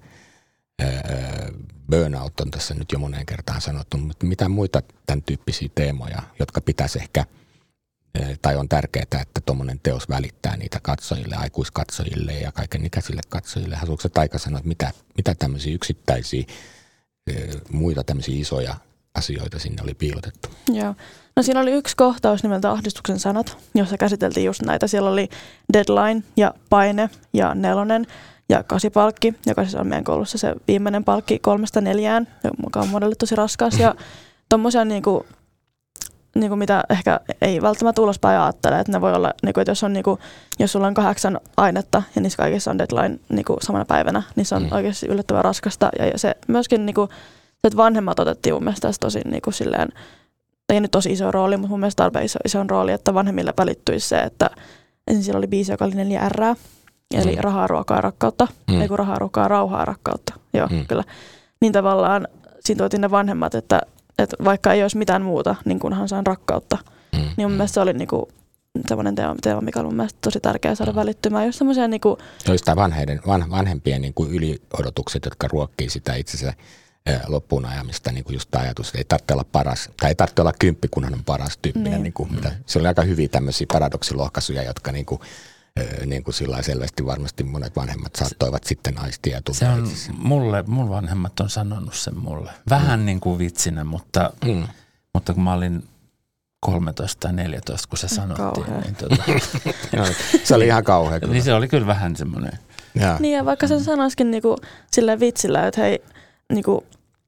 Speaker 2: burnout on tässä nyt jo moneen kertaan sanottu, mutta mitä muita tämän tyyppisiä teemoja, jotka pitäisi ehkä tai on tärkeää, että tuommoinen teos välittää niitä katsojille, aikuiskatsojille ja kaikenikäisille katsojille. Haluatko sä Taika sanoa, että mitä tämmöisiä yksittäisiä muita tämmöisiä isoja asioita sinne oli piilotettu?
Speaker 4: Joo. No siinä oli yksi kohtaus nimeltä Ahdistuksen sanat, jossa käsiteltiin just näitä. Siellä oli deadline ja paine ja 4 ja 8 palkki, joka siis on meidän koulussa se viimeinen palkki 3-4, joka on monelle tosi raskas. Ja tommosia niinku mitä ehkä ei välttämättä ulospäin ajattele, että ne voi olla, niinku, että jos sulla on 8 ainetta ja niissä kaikissa on deadline niinku, samana päivänä, niin se on oikeasti yllättävän raskasta. Ja se myöskin, niinku, että vanhemmat otettiin mun mielestä tosi niinku, silleen, ei nyt tosi iso rooli, mutta mun mielestä tarpeen iso rooli, että vanhemmille välittyisi se, että ensin siellä oli biisi, joka oli 4 R, eli rahaa, ruokaa, rakkautta, ei kun rahaa, ruokaa, rauhaa, rakkautta. Joo, kyllä. Niin tavallaan siinä tuotiin ne vanhemmat, että vaikka ei olisi mitään muuta, niin kunhan saan rakkautta. Niin mun mielestä se oli niinku semmoinen teema, mikä on mun mielestä tosi tärkeää saada välittymään. Jos semmoisia niinku...
Speaker 2: Olisi tämä vanhempien niinku yliodotukset, jotka ruokkii sitä itsensä loppuun ajamista, niinku just tämä ajatus, että ei tarvitse olla paras, tai ei tarvitse olla 10, kunhan on paras tyyppinen. Niinku, se oli aika hyviä tämmöisiä paradoksilohkaisuja, jotka niinku sillä selvästi varmasti monet vanhemmat saattoivat sitten aistia ja tuntea itsensä.
Speaker 3: Mun vanhemmat on sanonut sen mulle. Vähän niin kuin vitsinä, mutta kun mä olin 13 tai 14, kun se sanottiin. Niin
Speaker 2: se oli ihan kauhea.
Speaker 3: Niin se oli kyllä vähän semmoinen.
Speaker 4: Niin ja vaikka sen sanoisikin niinku silleen vitsillä, että hei, niinku,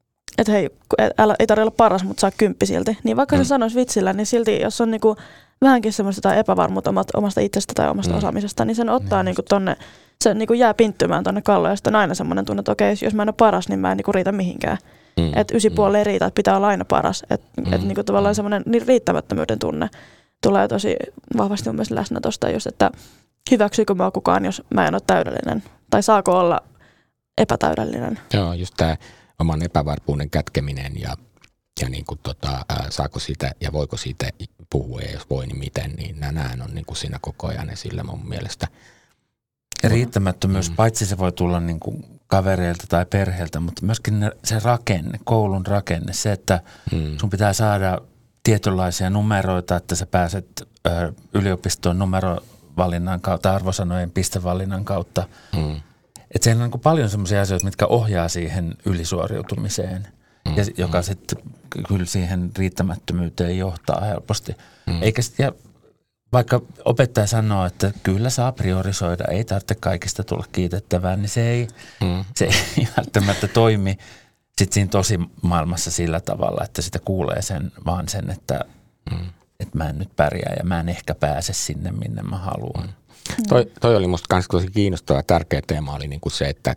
Speaker 4: ei tarvitse olla paras, mutta saa 10 silti. Niin vaikka se sanoisi vitsillä, niin silti jos on niinku vähänkin semmoista epävarmuutta omasta itsestä tai omasta osaamisesta, niin sen ottaa niinku tonne, se niinku jää pinttymään tonne kalloon ja sitten on aina semmoinen tunne, että okei, jos mä en ole paras, niin mä en niinku riitä mihinkään. Että 9,5 ei riitä, että pitää olla aina paras. Että niinku tavallaan semmoinen riittämättömyyden tunne tulee tosi vahvasti mun mielestä läsnä tosta just, että hyväksyykö mua kukaan, jos mä en ole täydellinen? Tai saako olla epätäydellinen?
Speaker 2: Joo, just tämä oman epävarmuuden kätkeminen ja niin kuin saako siitä ja voiko siitä puhua ja jos voi, niin miten, niin nämä on niin kuin siinä koko ajan esillä mun mielestä.
Speaker 3: Ja riittämättömyys, paitsi se voi tulla niin kuin kavereilta tai perheeltä, mutta myöskin se rakenne, koulun rakenne, se, että sun pitää saada tietynlaisia numeroita, että sä pääset yliopistoon numerovalinnan kautta, arvosanojen pistevalinnan kautta. Että siellä on niin kuin paljon sellaisia asioita, mitkä ohjaa siihen ylisuoriutumiseen. Ja joka sitten kyllä siihen riittämättömyyteen johtaa helposti. Ja vaikka opettaja sanoo, että kyllä saa priorisoida, ei tarvitse kaikista tulla kiitettävää, niin se ei välttämättä toimi sit siinä tosi maailmassa sillä tavalla, että sitä kuulee vaan sen, että mä en nyt pärjää ja mä en ehkä pääse sinne, minne mä haluan.
Speaker 2: Toi oli musta kans tosi kiinnostava ja tärkeä teema oli niinku se, että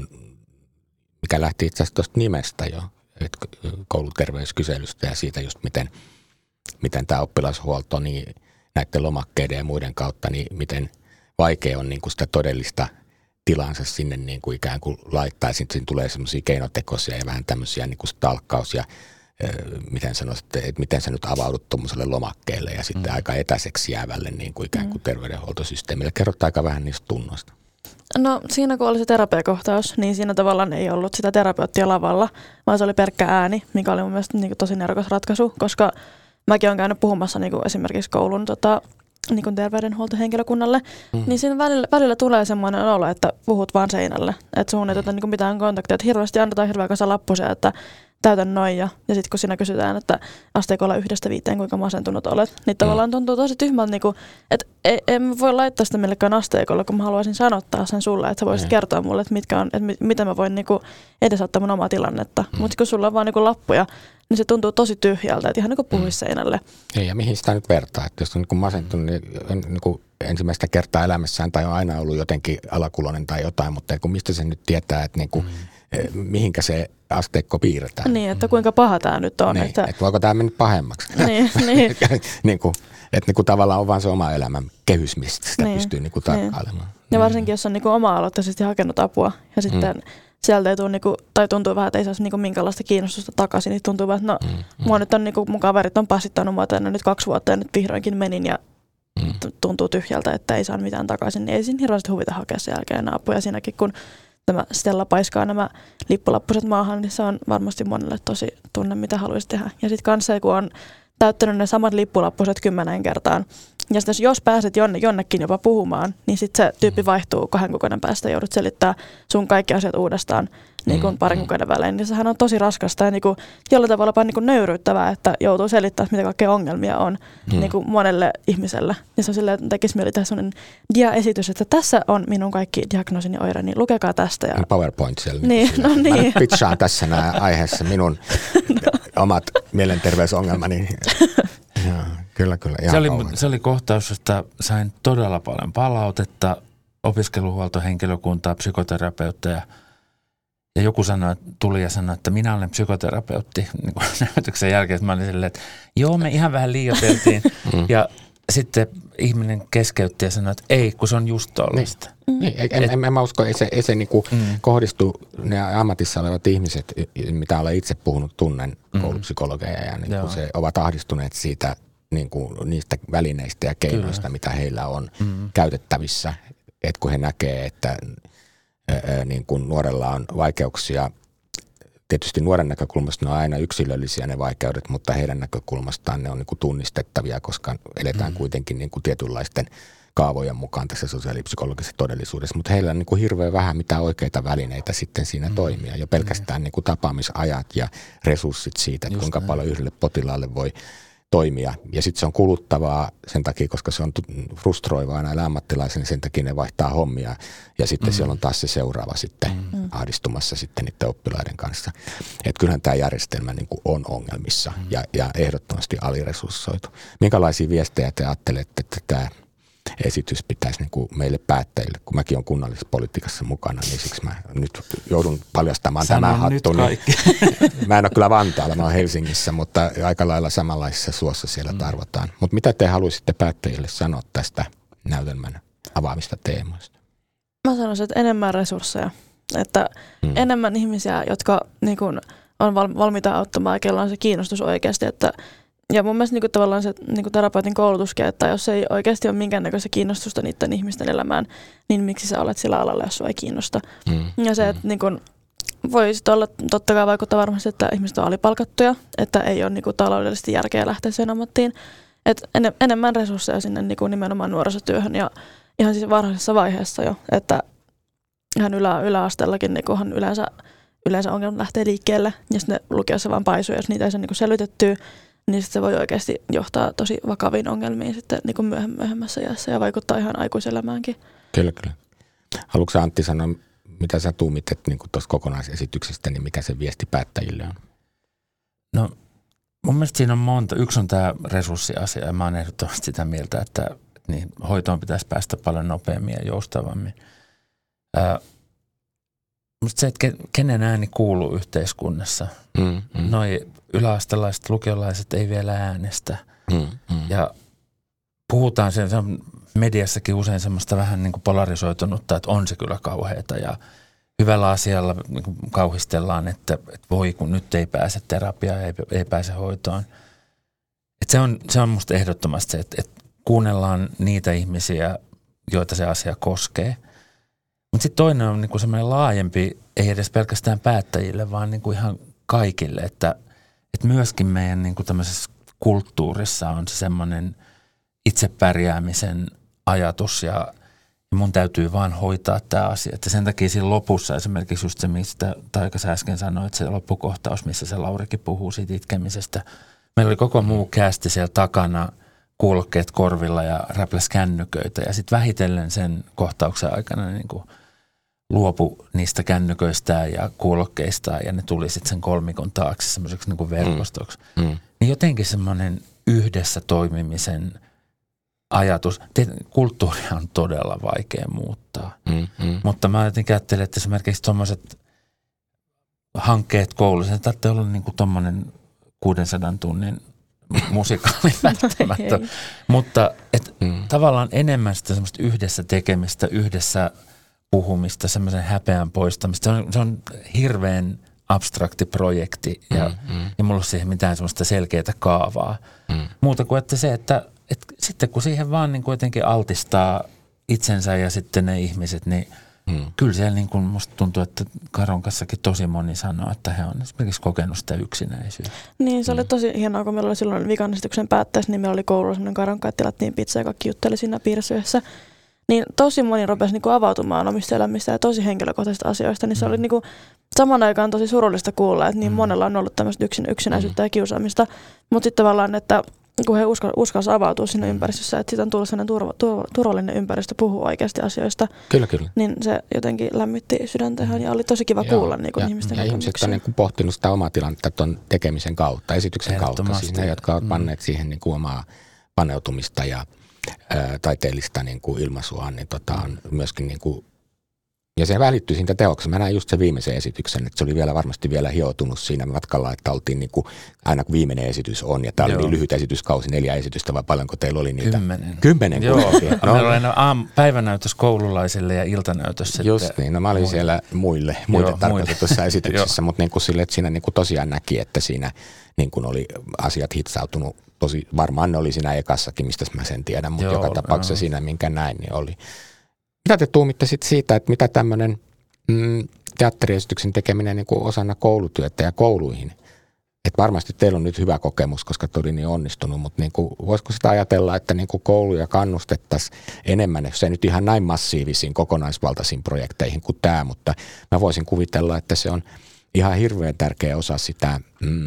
Speaker 2: mikä lähti itse asiassa tuosta nimestä jo, kouluterveyskyselystä ja siitä just miten tämä oppilashuolto niin näiden lomakkeiden ja muiden kautta, niin miten vaikea on niin kuin sitä todellista tilansa sinne niin kuin ikään kuin laittaa. Sitten tulee semmoisia keinotekoisia ja vähän tämmöisiä niin kuin stalkkaus ja miten sanoisit, että miten sä nyt avaudut tuommoiselle lomakkeelle ja sitten aika etäiseksi jäävälle niin kuin ikään kuin terveydenhuoltosysteemille. Kerrot aika vähän niistä tunnoista.
Speaker 4: No siinä kun oli se terapiakohtaus, niin siinä tavallaan ei ollut sitä terapeuttia lavalla, vaan se oli pelkkä ääni, mikä oli mun mielestä niin kuin tosi nerokas ratkaisu, koska mäkin olen käynyt puhumassa niin kuin esimerkiksi koulun niin kuin terveydenhuoltohenkilökunnalle, niin siinä välillä tulee semmoinen olo, että puhut vaan seinälle, että sun ei niin kuin mitään kontaktia, että hirveästi annetaan hirveä kasa lappusia, että täytän noin ja sitten kun siinä kysytään, että asteikolla 1-5, kuinka masentunut olet, niin tavallaan tuntuu tosi tyhmältä, niin että en voi laittaa sitä millekään asteikolla, kun mä haluaisin sanottaa sen sulle, että sä voisit kertoa mulle, että miten mä voin niin kuin edesauttaa mun omaa tilannetta. Mutta kun sulla on vaan niin kuin lappuja, niin se tuntuu tosi tyhjältä, että ihan niin kuin puhuisi seinälle.
Speaker 2: Ei, ja mihin sitä nyt vertaa, että jos on niin kuin masentunut, niin kuin ensimmäistä kertaa elämässään tai on aina ollut jotenkin alakuloinen tai jotain, mutta kun mistä se nyt tietää, että niin kuin, mihinkä se asteikko piirretään.
Speaker 4: Niin, että kuinka paha tämä nyt on.
Speaker 2: Niin, että voiko tämä mennä pahemmaksi.
Speaker 4: Niin.
Speaker 2: Niin kuin, että niin kuin tavallaan on vaan se oma elämän kehys, mistä sitä pystyy niin kuin tarkkailemaan.
Speaker 4: Ja varsinkin, jos on niin kuin oma-aloitteisesti hakenut apua ja sitten sieltä ei tule, niin kuin, tai tuntuu vähän, että ei saisi niin kuin minkälaista kiinnostusta takaisin, niin tuntuu vähän, että mua nyt on, niin kuin, mun kaverit on passittanut mua tänne nyt 2 vuotta ja nyt vihdoinkin menin ja tuntuu tyhjältä, että ei saa mitään takaisin, niin ei siinä hirveästi huvita hakea sen jälkeen enää apua. Ja siinäkin, kun tämä Stella paiskaa nämä lippulappuset maahan, niin se on varmasti monelle tosi tunne, mitä haluaisi tehdä. Ja sitten kanssa, kun on täyttänyt ne samat lippulappuset 10 kertaan. Ja sitten jos pääset jonnekin jopa puhumaan, niin sitten se tyyppi vaihtuu 2 kuukauden päästä ja joudut selittää sun kaikki asiat uudestaan niin kuin parin kuukauden välein. Niin sehän on tosi raskasta ja niin kuin jollain tavalla niin kuin nöyryyttävää, että joutuu selittämään, mitä kaikkea ongelmia on niin kuin monelle ihmiselle. Ja se on silleen, että tekisi mieli tehdä sellainen dia-esitys, että tässä on minun kaikki diagnoosini oire, niin lukekaa tästä. Ja
Speaker 2: PowerPoint siellä.
Speaker 4: Niin, no niin.
Speaker 2: Mä nyt pitchaan tässä nämä aiheessa minun omat mielenterveysongelmani. Ja, kyllä.
Speaker 3: Se oli kohtaus, josta sain todella paljon palautetta, opiskeluhuoltohenkilökuntaa, psykoterapeutteja. Ja joku tuli ja sanoi, että minä olen psykoterapeutti niin kuin näytöksen jälkeen. Mä olin silleen, että joo, me ihan vähän liioiteltiin. Ja sitten ihminen keskeytti ja sanoi, että ei, kun se on just tollaista.
Speaker 2: Niin, en mä usko, ei se niinku kohdistu ne ammatissa olevat ihmiset, mitä olen itse puhunut, tunnen koulupsykologeja ja niinku se ovat ahdistuneet siitä niinku niistä välineistä ja keinoista, mitä heillä on käytettävissä. Et kun he näkee, että niin kun nuorella on vaikeuksia, tietysti nuoren näkökulmasta ne on aina yksilöllisiä ne vaikeudet, mutta heidän näkökulmastaan ne on niin kuin tunnistettavia, koska eletään kuitenkin niin kuin tietynlaisten kaavojen mukaan tässä sosiaalipsykologisessa todellisuudessa, mutta heillä on niin kuin hirveän vähän mitään oikeita välineitä sitten siinä toimia. Jo pelkästään niin kuin tapaamisajat ja resurssit siitä, että kuinka paljon yhdelle potilaalle voi toimia. Ja sitten se on kuluttavaa sen takia, koska se on frustroivaa näille ammattilaisille, sen takia ne vaihtaa hommia. Ja sitten siellä on taas se seuraava sitten ahdistumassa sitten niiden oppilaiden kanssa. Että kyllähän tämä järjestelmä niin kuin on ongelmissa ja ehdottomasti aliresurssoitu. Minkälaisia viestejä te ajattelette, että tämä esitys pitäisi niin kuin meille päättäjille, kun mäkin olen kunnallispolitiikassa mukana, niin siksi mä nyt joudun paljastamaan tämän hattun. Mä en ole kyllä Vantaalla, mä olen Helsingissä, mutta aika lailla samanlaisessa suossa siellä tarvotaan. Mutta mitä te haluaisitte päättäjille sanoa tästä näytelmän avaamista teemoista?
Speaker 4: Mä sanoisin, että enemmän resursseja, että enemmän ihmisiä, jotka niin kun, on valmiita auttamaan ja kello on se kiinnostus oikeasti, että ja mun mielestä niinku tavallaan se niinku terapeutin koulutuskin, että jos ei oikeasti ole minkäännäköistä kiinnostusta niiden ihmisten elämään, niin miksi sä olet sillä alalla, jos sua ei kiinnosta. Ja se, että niinku, voi sitten olla totta kai vaikuttaa varmasti, että ihmiset on alipalkattuja, että ei ole niinku taloudellisesti järkeä lähteä sen ammattiin. Että enemmän resursseja sinne niinku nimenomaan nuorisotyöhön ja ihan siis varhaisessa vaiheessa jo, että ihan yläasteellakin niinku yleensä ongelmat lähtee liikkeelle ja sitten ne lukiossa vaan paisuu, jos niitä ei saa niinku selvitettyä. Niin se voi oikeasti johtaa tosi vakaviin ongelmiin sitten niin kuin myöhemmässä iässä ja vaikuttaa ihan aikuiselämäänkin.
Speaker 2: Kyllä. Haluatko Antti sanoa, mitä sä tuumitet niin tuossa kokonaisesityksestä, niin mikä se viesti päättäjille on?
Speaker 3: No mun mielestä siinä on monta. Yksi on tämä resurssiasia ja mä oon ehdottomasti sitä mieltä, että niin, hoitoon pitäisi päästä paljon nopeammin ja joustavammin. Musta se, että kenen ääni kuuluu yhteiskunnassa. Noi yläastelaiset, lukiolaiset ei vielä äänestä. Ja puhutaan, se on mediassakin usein semmoista vähän niin kuin polarisoitunutta, että on se kyllä kauheata. Ja hyvällä asialla niin kuin kauhistellaan, että voi kun nyt ei pääse terapiaan, ei pääse hoitoon. Että se on musta ehdottomasti se, että kuunnellaan niitä ihmisiä, joita se asia koskee. Mutta sitten toinen on niinku semmoinen laajempi, ei edes pelkästään päättäjille, vaan niinku ihan kaikille, että myöskin meidän niinku tämmöisessä kulttuurissa on se semmoinen itsepärjäämisen ajatus ja mun täytyy vaan hoitaa tämä asia. Että sen takia siinä lopussa esimerkiksi just se, mistä Taika sä äsken sanoi, että se loppukohtaus, missä se Laurikin puhuu siitä itkemisestä. Meillä oli koko muu kästi siellä takana, kuulokkeet korvilla ja räpläs kännyköitä ja sitten vähitellen sen kohtauksen aikana niin kuin luopu niistä kännyköistään ja kuulokkeistaan ja ne tuli sitten sen kolmikon taakse semmoiseksi niin kuin verkostoksi. Niin jotenkin semmoinen yhdessä toimimisen ajatus. Kulttuuria on todella vaikea muuttaa, mutta mä jotenkin ajattelen, että esimerkiksi tuommoiset hankkeet koulussa, se tarvitsee olla niin kuin tuommoinen 600 tunnin musikaali välttämättä, mutta tavallaan enemmän sitä semmoista yhdessä tekemistä, yhdessä puhumista, semmoisen häpeän poistamista. Se on hirveän abstrakti projekti ja mulla on siihen mitään semmoista selkeää kaavaa. Muuta kuin että se, että sitten kun siihen vaan niin kuitenkin altistaa itsensä ja sitten ne ihmiset, niin Kyllä siellä niin kuin musta tuntuu, että Karon kanssakin tosi moni sanoo, että he on esimerkiksi kokenut sitä yksinäisyyttä.
Speaker 4: Niin, se oli tosi hienoa, kun meillä oli silloin vikan esityksen päättäessä, niin meillä oli koululla sellainen Karonka, että tilattiin pizzaa ja kaikki jutteli siinä piirissä yhdessä. Niin tosi moni rupesi niinku avautumaan omista elämistä ja tosi henkilökohtaisista asioista, niin se oli niinku saman aikaan tosi surullista kuulla, että niin monella on ollut tämmöistä yksinäisyyttä ja kiusaamista, mutta sitten tavallaan, että kun he uskalsivat avautua siinä ympäristössä, että siitä on tullut sellainen turvallinen ympäristö puhua oikeasti asioista,
Speaker 2: Kyllä.
Speaker 4: niin se jotenkin lämmitti sydäntä ja oli tosi kiva kuulla niin ihmisten
Speaker 2: kokemuksia. Ja ihmiset on niin pohtinut sitä omaa tilannetta tuon tekemisen kautta, esityksen kautta, siis ne, jotka ovat panneet siihen niin kuin omaa paneutumista ja taiteellista niin kuin ilmaisuaan, niin on myöskin niin kuin, ja se välittyy siitä teoksesta. Mä näin just sen viimeisen esityksen, että se oli varmasti vielä hioutunut siinä matkalla, että oltiin niin kuin, aina kun viimeinen esitys on, ja tämä oli niin lyhyt esityskausi, 4 esitystä, vai paljonko teillä oli niitä?
Speaker 3: 10. Joo, meillä oli päivänäytös koululaisille ja iltanäytös.
Speaker 2: Just niin, no mä olin siellä muille tarkoitetussa esityksessä, mutta niin kuin sille, että siinä niin kuin tosiaan näki, että siinä niin kuin oli asiat hitsautunut tosi, varmaan ne oli siinä ekassakin, mistä mä sen tiedän, mutta joka tapauksessa siinä, minkä näin, niin oli. Mitä te tuumitte sitten siitä, että mitä tämmöinen teatteriesityksen tekeminen niin kuin osana koulutyötä ja kouluihin? Että varmasti teillä on nyt hyvä kokemus, koska te oli niin onnistunut, mutta niin kuin, voisiko sitä ajatella, että niin kuin kouluja kannustettaisiin enemmän, jos ei nyt ihan näin massiivisiin kokonaisvaltaisiin projekteihin kuin tämä, mutta mä voisin kuvitella, että se on ihan hirveän tärkeä osa sitä,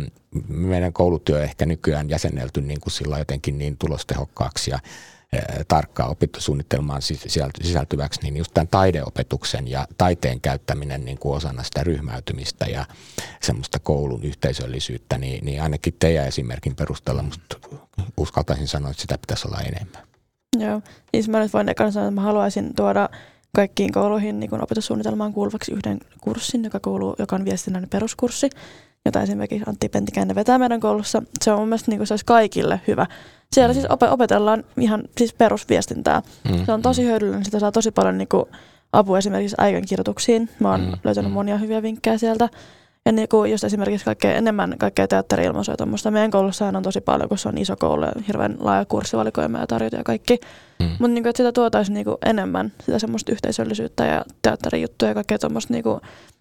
Speaker 2: meidän koulutyö ehkä nykyään jäsennelty niin kuin sillä jotenkin niin tulostehokkaaksi ja tarkkaa opintosuunnitelmaan sisältyväksi, niin just tämän taideopetuksen ja taiteen käyttäminen niin kuin osana sitä ryhmäytymistä ja semmoista koulun yhteisöllisyyttä, niin ainakin teidän esimerkin perusteella musta uskaltaisin sanoa, että sitä pitäisi olla enemmän. Joo,
Speaker 4: siis mä nyt voin ekana sanoa, että mä haluaisin tuoda kaikkiin kouluihin niin kuin opetussuunnitelmaan kuuluvaksi yhden kurssin, joka on viestinnän peruskurssi, jota esimerkiksi Antti Pentikäinen vetää meidän koulussa. Se on mun mielestä niin kuin se olisi kaikille hyvä. Siellä siis opetellaan ihan siis perusviestintää. Se on tosi hyödyllinen, sitä saa tosi paljon niin kuin apua esimerkiksi aikankirjoituksiin. Mä oon löytänyt monia hyviä vinkkejä sieltä. Ja niin kuin just esimerkiksi kaikkea teatteri-ilmaisua tuommoista. Meidän koulussahan on tosi paljon, kun se on iso koulu ja hirveän laaja kurssivalikoima ja tarjota ja kaikki. Mutta niin että sitä tuotaisiin niin enemmän sitä semmoista yhteisöllisyyttä ja teatterijuttuja ja kaikkea tuommoista. Niin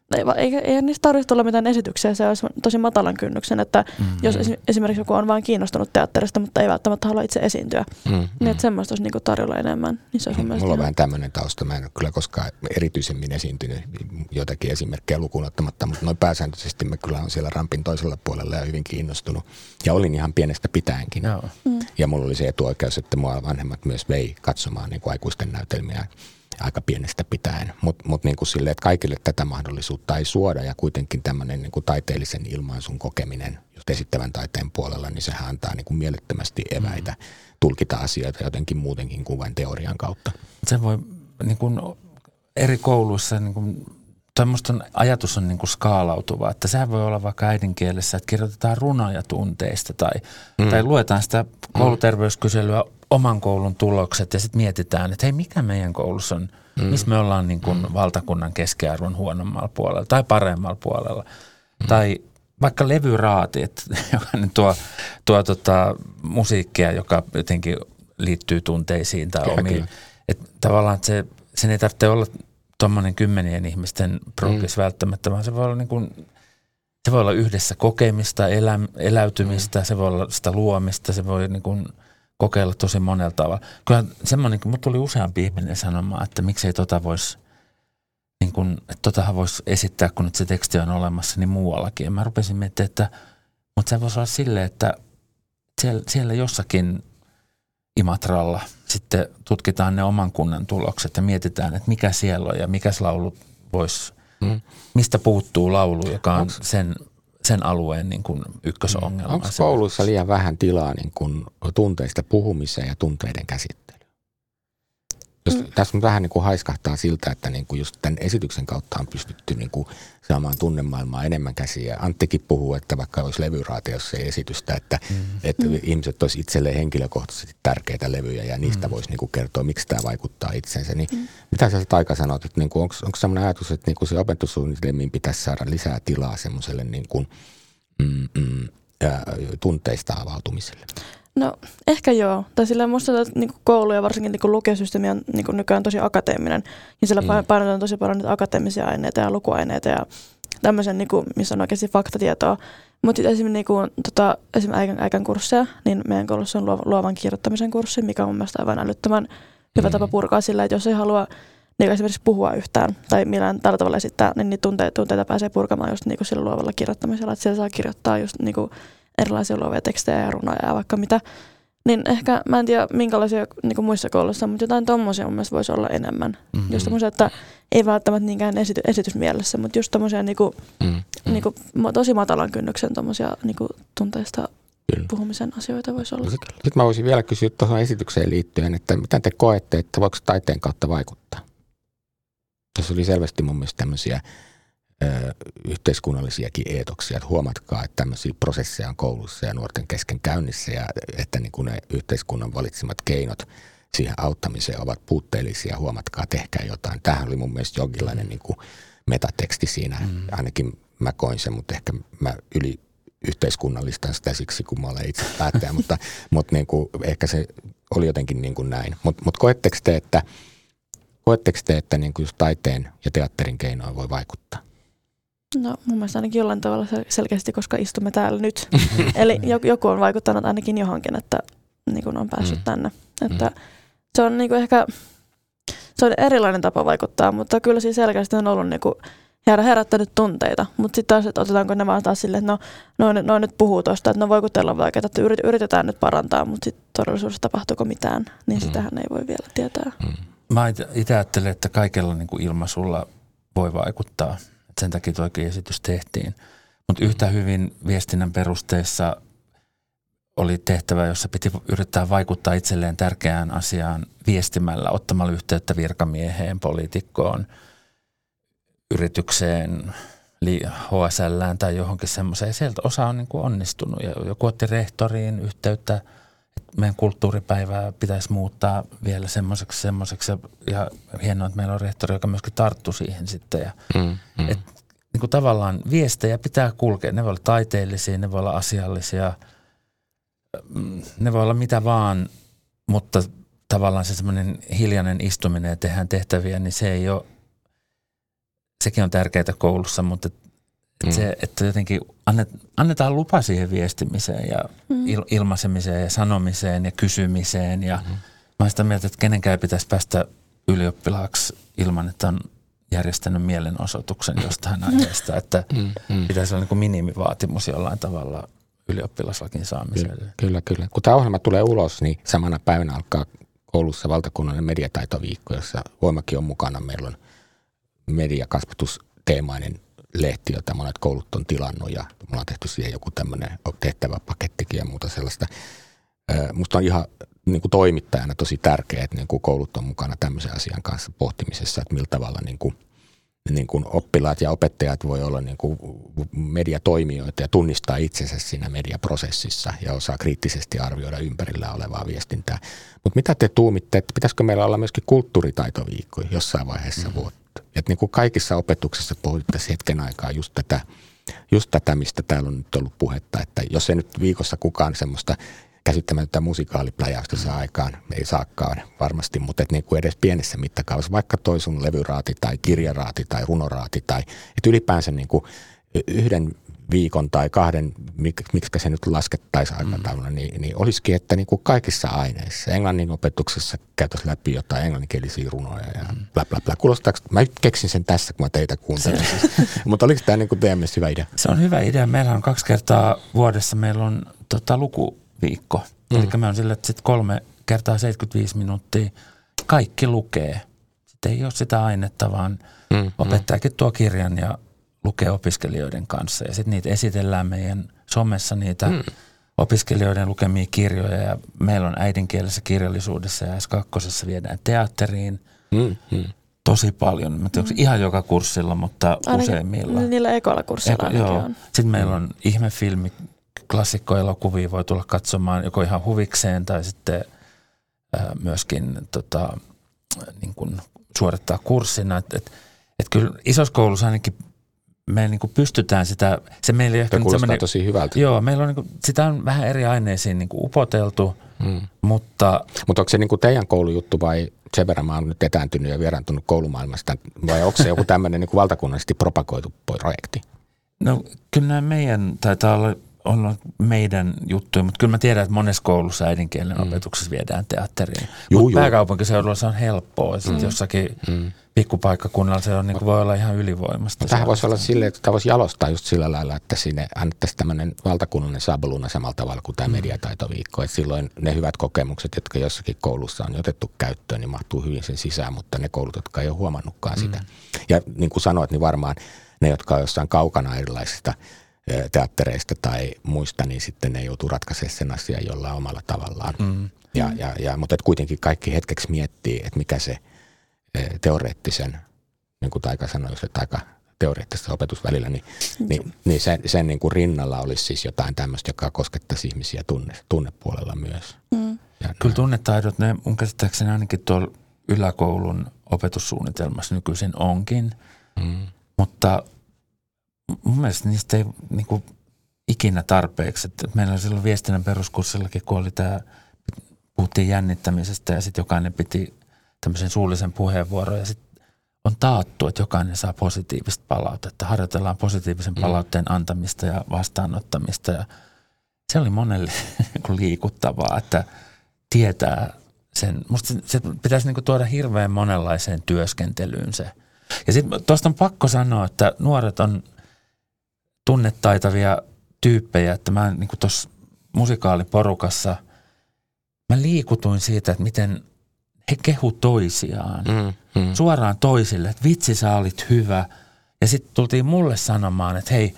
Speaker 4: ei niistä tarvitse olla mitään esityksiä, se olisi tosi matalan kynnyksen, että jos esimerkiksi joku on vain kiinnostunut teatterista, mutta ei välttämättä halua itse esiintyä, niin että semmoista olisi niin tarjolla enemmän. Niin se olisi
Speaker 2: mulla on vähän tämmöinen tausta, mä en ole kyllä koskaan erityisemmin esiintynyt jotakin esimerkkejä lukuun ottamatta, mutta noin pääsääntöisesti mä kyllä on siellä rampin toisella puolella ja hyvin kiinnostunut. Ja olin ihan pienestä pitäenkin. Ja mulla oli se etuoikeus, että mua vanhemmat myös vei katsomaan niin kuin aikuisten näytelmiä aika pienestä pitäen, mutta niin kuin silleen, että kaikille tätä mahdollisuutta ei suoda ja kuitenkin tämmöinen niin kuin taiteellisen ilmaisun kokeminen just esittävän taiteen puolella, niin sehän antaa niin kuin mielettömästi eväitä tulkita asioita jotenkin muutenkin kuin vain teorian kautta.
Speaker 3: Se voi niin kuin eri kouluissa, niin kuin, ajatus on niin kuin skaalautuva, että sehän voi olla vaikka äidinkielessä, että kirjoitetaan runoja tunteista tai luetaan sitä kouluterveyskyselyä oman koulun tulokset ja sitten mietitään, että hei, mikä meidän koulussa on, missä me ollaan niin kuin valtakunnan keskiarvon huonommalla puolella tai paremmalla puolella. Tai vaikka levyraati, joka nyt tuo musiikkia, joka jotenkin liittyy tunteisiin tai omiin. Että tavallaan että sen ei tarvitse olla tuommoinen 10 ihmisten progress välttämättä, vaan se voi olla niin kuin, se voi olla yhdessä kokemista, eläytymistä, se voi olla sitä luomista, se voi niin kuin kokeilla tosi monella tavalla. Kyllä semmoinen, kun tuli useampi ihminen sanomaan, että miksei voisi, niin kun, että totahan voisi esittää, kun nyt se teksti on olemassa, niin muuallakin. Ja mä rupesin miettimään, että mutta se voisi olla silleen, että siellä jossakin Imatralla sitten tutkitaan ne oman kunnan tulokset ja mietitään, että mikä siellä on ja mikäs laulu voisi, mistä puuttuu laulu, joka on sen alueen niin kuin ykkösongelma.
Speaker 2: Onko kouluissa liian vähän tilaa niin kuin tunteista puhumiseen ja tunteiden käsittelyyn? Tässä on vähän niin kuin haiskahtaa siltä, että niin kuin just tämän esityksen kautta on pystytty niin kuin saamaan tunnemaailmaa enemmän käsiä. Ja Anttikin puhuu, että vaikka olisi levyraati, jos ei esitystä, että ihmiset olisi itselleen henkilökohtaisesti tärkeitä levyjä ja niistä voisi niin kuin kertoa, miksi tämä vaikuttaa itsensä. Niin mitä sä Taika sanot, että niin kuin, onko sellainen ajatus, että niin kuin se opetussuunnitelmiin pitäisi saada lisää tilaa semmoiselle niin kuin tunteista avautumiselle?
Speaker 4: No ehkä joo. Tai sillä musta niin koulu ja varsinkin niin lukiosysteemi on niin nykyään tosi akateeminen. Ja sillä painotetaan tosi paljon niitä akateemisia aineita ja lukuaineita ja tämmöisen, niin kuin, missä on oikeasti faktatietoa. Mutta esimerkiksi, esimerkiksi äikän kursseja, niin meidän koulussa on luovan kirjoittamisen kurssi, mikä on mun mielestä aivan älyttömän hyvä tapa purkaa sillä, että jos ei halua niin esimerkiksi puhua yhtään tai millään tällä tavalla esittää, niin niitä tunteita pääsee purkamaan just niin kuin sillä luovalla kirjoittamisella. Että siellä saa kirjoittaa just niin kuin erilaisia luovia tekstejä ja runoja ja vaikka mitä. Niin ehkä, mä en tiedä minkälaisia niin kuin muissa kouluissa, mutta jotain tommosia mun mielestä voisi olla enemmän. Just tommosia, että ei välttämättä niinkään esitysmielessä, mutta just tommosia niin kuin tosi matalan kynnyksen tommosia niin kuin tunteista puhumisen asioita voisi olla.
Speaker 2: Sitten mä voisin vielä kysyä tuohon esitykseen liittyen, että mitä te koette, että voiko taiteen kautta vaikuttaa? Tässä oli selvästi mun mielestä tämmöisiä yhteiskunnallisiakin eetoksia, että huomatkaa, että tämmöisiä prosesseja on koulussa ja nuorten kesken käynnissä ja että niin kuin ne yhteiskunnan valitsemat keinot siihen auttamiseen ovat puutteellisia, huomatkaa, tehkää jotain. Tämähän oli mun mielestä jonkinlainen niin kuin metateksti siinä, ainakin mä koin sen, mutta ehkä mä yli yhteiskunnallistan sitä siksi, kun mä olen itse päättäjä, mutta niin kuin, ehkä se oli jotenkin niin kuin näin. Mutta koetteko te, että niin kuin just taiteen ja teatterin keinoin voi vaikuttaa?
Speaker 4: No mun mielestä ainakin jollain tavalla selkeästi, koska istumme täällä nyt. Eli joku on vaikuttanut ainakin johonkin, että niin kuin on päässyt tänne. Että se on niin kuin ehkä se on erilainen tapa vaikuttaa, mutta kyllä siinä selkeästi on ollut niin kuin herättänyt tunteita. Mutta sitten taas, että otetaanko ne vaan taas silleen, että no nyt puhuu tuosta, että no voikutella vaikeaa, että yritetään nyt parantaa, mutta sitten todellisuudessa tapahtuuko mitään, niin sitähän ei voi vielä tietää.
Speaker 3: Mä itse ajattelen, että kaikella niin kuin ilmaisulla voi vaikuttaa. Sen takia toikin esitys tehtiin. Mutta yhtä hyvin viestinnän perusteissa oli tehtävä, jossa piti yrittää vaikuttaa itselleen tärkeään asiaan viestimällä, ottamalla yhteyttä virkamieheen, poliitikkoon, yritykseen, HSL:ään tai johonkin semmoiseen. Sieltä osa on niin kuin onnistunut. Ja joku otti rehtoriin yhteyttä, että meidän kulttuuripäivää pitäisi muuttaa vielä semmoiseksi. Ja hienoa, että meillä on rehtori, joka myöskin tarttui siihen sitten. Ja että niin kuin tavallaan viestejä pitää kulkea. Ne voi olla taiteellisia, ne voi olla asiallisia, ne voi olla mitä vaan, mutta tavallaan se semmoinen hiljainen istuminen ja tehdään tehtäviä, niin se ei ole, sekin on tärkeää koulussa, mutta se, että jotenkin annetaan lupa siihen viestimiseen ja ilmaisemiseen ja sanomiseen ja kysymiseen. Ja mä olen sitä mieltä, että kenenkään pitäisi päästä ylioppilaaksi ilman, että on järjestänyt mielenosoituksen jostain aiheesta, että pitäisi olla niin kuin minimivaatimus jollain tavalla ylioppilaslakin saamiselle.
Speaker 2: Kyllä. Kun tämä ohjelma tulee ulos, niin samana päivänä alkaa koulussa valtakunnallinen mediataitoviikko, jossa Voimakin on mukana. Meillä on mediakasvatusteemainen lehti, jota monet koulut on tilannut ja me ollaan tehty siihen joku tämmöinen tehtäväpakettikin ja muuta sellaista. Musta on ihan niin kuin toimittajana tosi tärkeää, että niin kuin koulut on mukana tämmöisen asian kanssa pohtimisessa, että millä tavalla niin kuin oppilaat ja opettajat voi olla niin kuin mediatoimijoita ja tunnistaa itsensä siinä mediaprosessissa ja osaa kriittisesti arvioida ympärillä olevaa viestintää. Mutta mitä te tuumitte, että pitäisikö meillä olla myöskin kulttuuritaitoviikkoja jossain vaiheessa vuotta? Että niin kuin kaikissa opetuksissa pohdittaisiin hetken aikaa just tätä, mistä täällä on nyt ollut puhetta, että jos ei nyt viikossa kukaan semmoista käsittämätöntä musikaalipläjäystä saa aikaan, ei saakaan varmasti, mutta et niin kuin edes pienessä mittakaavassa, vaikka toi sun levyraati tai kirjaraati tai runoraati tai että ylipäänsä niin kuin yhden viikon tai kahden, miksi se nyt laskettaisiin aikatauluna, niin olisikin, että niin kuin kaikissa aineissa, englannin opetuksessa käytäisiin läpi jotain englanninkielisiä runoja ja bla bla bla. Kuulostaako, mä keksin sen tässä, kun mä teitä kuuntelin. Mutta oliko tämä niin kuin teidän mielestä hyvä idea?
Speaker 3: Se on hyvä idea. Meillä on 2 kertaa vuodessa, meillä on lukuviikko. Eli me on sillä, että sitten 3 kertaa 75 minuuttia kaikki lukee. Sitten ei ole sitä ainetta, vaan opettajakin tuo kirjan ja lukee opiskelijoiden kanssa. Ja sitten niitä esitellään meidän somessa niitä opiskelijoiden lukemia kirjoja. Ja meillä on äidinkielisessä kirjallisuudessa ja S2 viedään teatteriin. Tosi paljon. Mä tiedän, ihan joka kurssilla, mutta useimmilla.
Speaker 4: Niillä ekoilla kurssilla on.
Speaker 3: Sitten meillä on ihmefilmi, klassikkoelokuvia voi tulla katsomaan joko ihan huvikseen tai sitten myöskin niin kuin suorittaa kurssina. Et kyllä isossa koulussa ainakin me niin kuin pystytään sitä, se meillä ei ehkä
Speaker 2: kuulostaa tosi hyvältä.
Speaker 3: Joo, meillä on niin kuin, sitä on vähän eri aineisiin niin kuin upoteltu, mutta
Speaker 2: onko se niin kuin teidän koulujuttu vai sen verran mä oon nyt etääntynyt ja vieraantunut koulumaailmasta, vai onko se joku tämmöinen niin kuin valtakunnallisesti propagoitu projekti?
Speaker 3: No kyllä nämä meidän, taitaa olla meidän juttuja, mutta kyllä mä tiedän, että monessa koulussa äidinkielen opetuksessa viedään teatteriin. Mutta pääkaupunkiseudulla se on helppoa. Sitten jossakin pikkupaikkakunnalla se on, niin kuin voi olla ihan ylivoimasta.
Speaker 2: Tähän voisi olla silleen, että tämä voisi jalostaa just sillä lailla, että sinne annettaisiin tämmöinen valtakunnallinen sabluuna samalla tavalla kuin tämä mediataitoviikko. Että silloin ne hyvät kokemukset, jotka jossakin koulussa on otettu käyttöön, niin mahtuu hyvin sen sisään, mutta ne koulut, jotka ei ole huomannutkaan sitä. Ja niin kuin sanoit, niin varmaan ne, jotka on jossain kaukana erilaisista teattereista tai muista, niin sitten ne joutuu ratkaisemaan sen asian jollain omalla tavallaan. Mutta kuitenkin kaikki hetkeksi miettii, että mikä se teoreettisen, niin kuin Taika sanoi, jos aika teoreettista opetusvälillä, niin sen niin kuin rinnalla olisi siis jotain tämmöistä, joka koskettaisi ihmisiä tunnepuolella myös.
Speaker 3: Kyllä tunnetaidot, ne mun käsittääkseni ainakin tuolla yläkoulun opetussuunnitelmassa nykyisin onkin, mutta mun mielestä niistä ei niin kuin ikinä tarpeeksi. Että meillä oli silloin viestinnän peruskurssillakin, kun oli puhuttiin jännittämisestä ja sitten jokainen piti tämmöisen suullisen puheenvuoron ja sitten on taattu, että jokainen saa positiivista palautetta. Harjoitellaan positiivisen palautteen antamista ja vastaanottamista ja se oli monelle liikuttavaa, että tietää sen. Musta se pitäisi niin kuin tuoda hirveän monenlaiseen työskentelyyn se. Ja sitten tuosta on pakko sanoa, että nuoret on tunnetaitavia tyyppejä, että mä niin kuin tuossa musikaaliporukassa, mä liikutuin siitä, että miten he kehu toisiaan suoraan toisille, että vitsi sä olit hyvä. Ja sitten tultiin mulle sanomaan, että hei,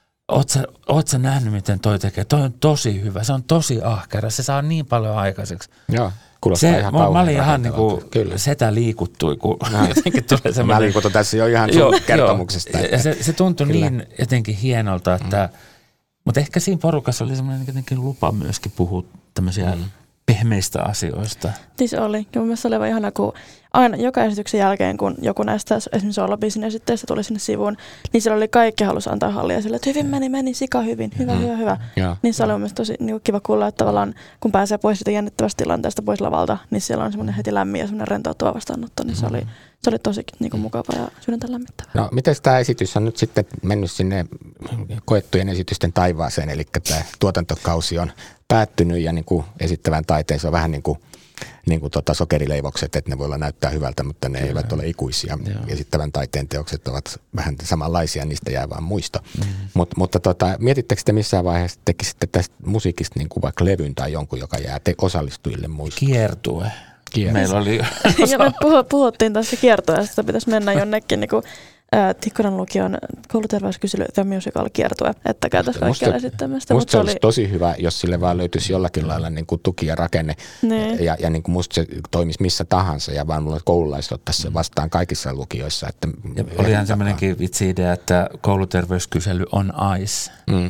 Speaker 3: oot sä nähnyt miten toi tekee, toi on tosi hyvä, se on tosi ahkera, se saa niin paljon aikaiseksi.
Speaker 2: Joo. Kuulostaa ihan
Speaker 3: mä olin ihan niin kuin setä liikuttui, kun jotenkin tulee semmoinen.
Speaker 2: Mä liikutun tässä jo ihan sun kertomuksesta.
Speaker 3: Ja se tuntui niin jotenkin hienolta, että, mutta ehkä siinä porukassa oli semmoinen jotenkin lupa myöskin puhua tämmöisiä pehmeistä asioista.
Speaker 4: Siis oli. Mun mielestä oli ihanaa, kun aina joka esityksen jälkeen, kun joku näistä esimerkiksi solobiisin esitteistä tuli sinne sivuun, niin siellä oli kaikki halusi antaa hallia sille, että hyvin meni, sika hyvin, hyvä. Niin se oli mun mielestä tosi niin kiva kuulla, että tavallaan kun pääsee pois siitä jännittävästä tilanteesta pois lavalta, niin siellä on semmoinen heti lämmin ja semmoinen rentouttava vastaanotto, niin se oli tosi niin kuin mukava ja sydäntä lämmittävä.
Speaker 2: No miten tämä esitys on nyt sitten mennyt sinne koettujen esitysten taivaaseen, eli tämä tuotantokausi on päättynyt ja niin kuin esittävän taiteen se on vähän niin kuin sokerileivokset, että ne voi olla näyttää hyvältä, mutta ne eivät ole ikuisia. Esittävän taiteen teokset ovat vähän samanlaisia, niistä jää vaan muisto. Mutta mietittekö te missään vaiheessa tekisitte tästä musiikista niin kuin vaikka levyn tai jonkun, joka jää osallistujille muistoksi?
Speaker 3: Kiertue. Meillä oli
Speaker 4: ja me puhuttiin tässä kiertueesta, että pitäisi mennä jonnekin niin kuin Tikkuran lukion kouluterveyskysely The Musical-kiertue, että käytäisiin kaikkialla esittämästä.
Speaker 2: Musta se olisi tosi hyvä, jos sille vaan löytyisi jollakin lailla niin kuin tuki ja rakenne. Ja niin kuin musta se toimisi missä tahansa ja vaan mulla koululaiset ottaisi sen vastaan kaikissa lukioissa. Että
Speaker 3: olihan semmoinenkin vitsi-idea, että kouluterveyskysely on ice.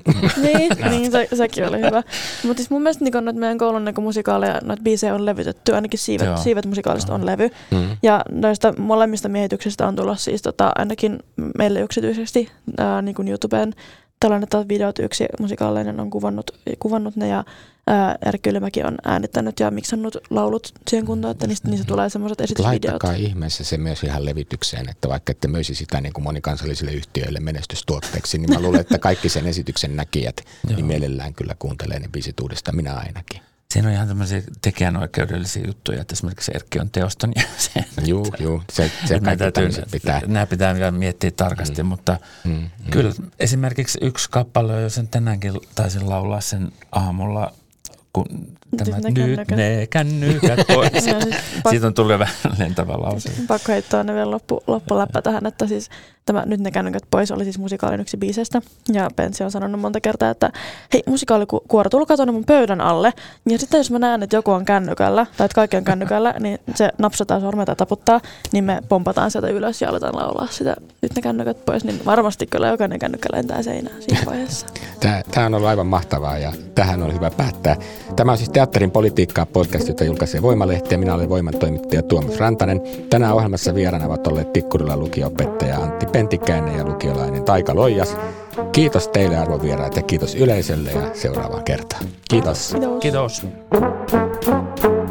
Speaker 4: niin sekin oli hyvä. Mutta siis mun mielestä niin noita meidän koulun niin musikaaleja, noita biisejä on levytetty, ainakin Siivet musikaalista on levy. Ja noista molemmista miehityksistä on tullut siis ainakin meille yksityisesti niin kuin YouTubeen tallennettavat videot. Yksi musikaalinen on kuvannut ne ja Erkki Ylimäki on äänittänyt ja miksannut laulut siihen kuntoon, että niistä tulee semmoiset esitysvideot.
Speaker 2: Laittakaa ihmeessä se myös ihan levitykseen, että vaikka ette möisi sitä niin kuin monikansallisille yhtiöille menestystuotteeksi, niin mä luulen, että kaikki sen esityksen näkijät niin mielellään kyllä kuuntelee ne biisit uudestaan, minä ainakin.
Speaker 3: Siinä on ihan tämmöisiä tekijänoikeudellisia juttuja, että esimerkiksi Erkki on teoston jäsen.
Speaker 2: Joo, se kaikki tämmöiset pitää.
Speaker 3: Nämä pitää vielä miettiä tarkasti, mutta kyllä esimerkiksi yksi kappale, jos sen tänäänkin taisin laulaa sen aamulla, kun tämä nyt ne kännykät pois. Siitä on tullut vähän lentävä lause.
Speaker 4: Pakko heittää ne vielä loppuläppä tähän, että siis tämä Nyt ne kännykät pois oli siis musikaalin yksi biisestä. Ja Pensi on sanonut monta kertaa, että hei musikaalikuoro, tulkaa tuonne mun pöydän alle. Ja sitten jos mä näen, että joku on kännykällä, tai että kaikki on kännykällä, niin se napsataan sormet ja taputtaa, niin me pompataan sieltä ylös ja aletaan laulaa sitä Nyt ne kännykät pois. Niin varmasti kyllä jokainen kännykkä lentää seinään siinä vaiheessa.
Speaker 2: Tämä on ollut aivan mahtavaa ja tähän on hyvä päättää. Tämä on siis Teatterin politiikkaa podcast, jota julkaisee Voimalehti, ja minä olen Voiman toimittaja Tuomas Rantanen. Tänään ohjelmassa vieraana ovat olleet Tikkurilan lukio-opettaja Antti Pentikäinen ja lukiolainen Taika Loijas. Kiitos teille arvovieraat ja kiitos yleisölle ja seuraavaan kertaan. Kiitos.
Speaker 3: Kiitos.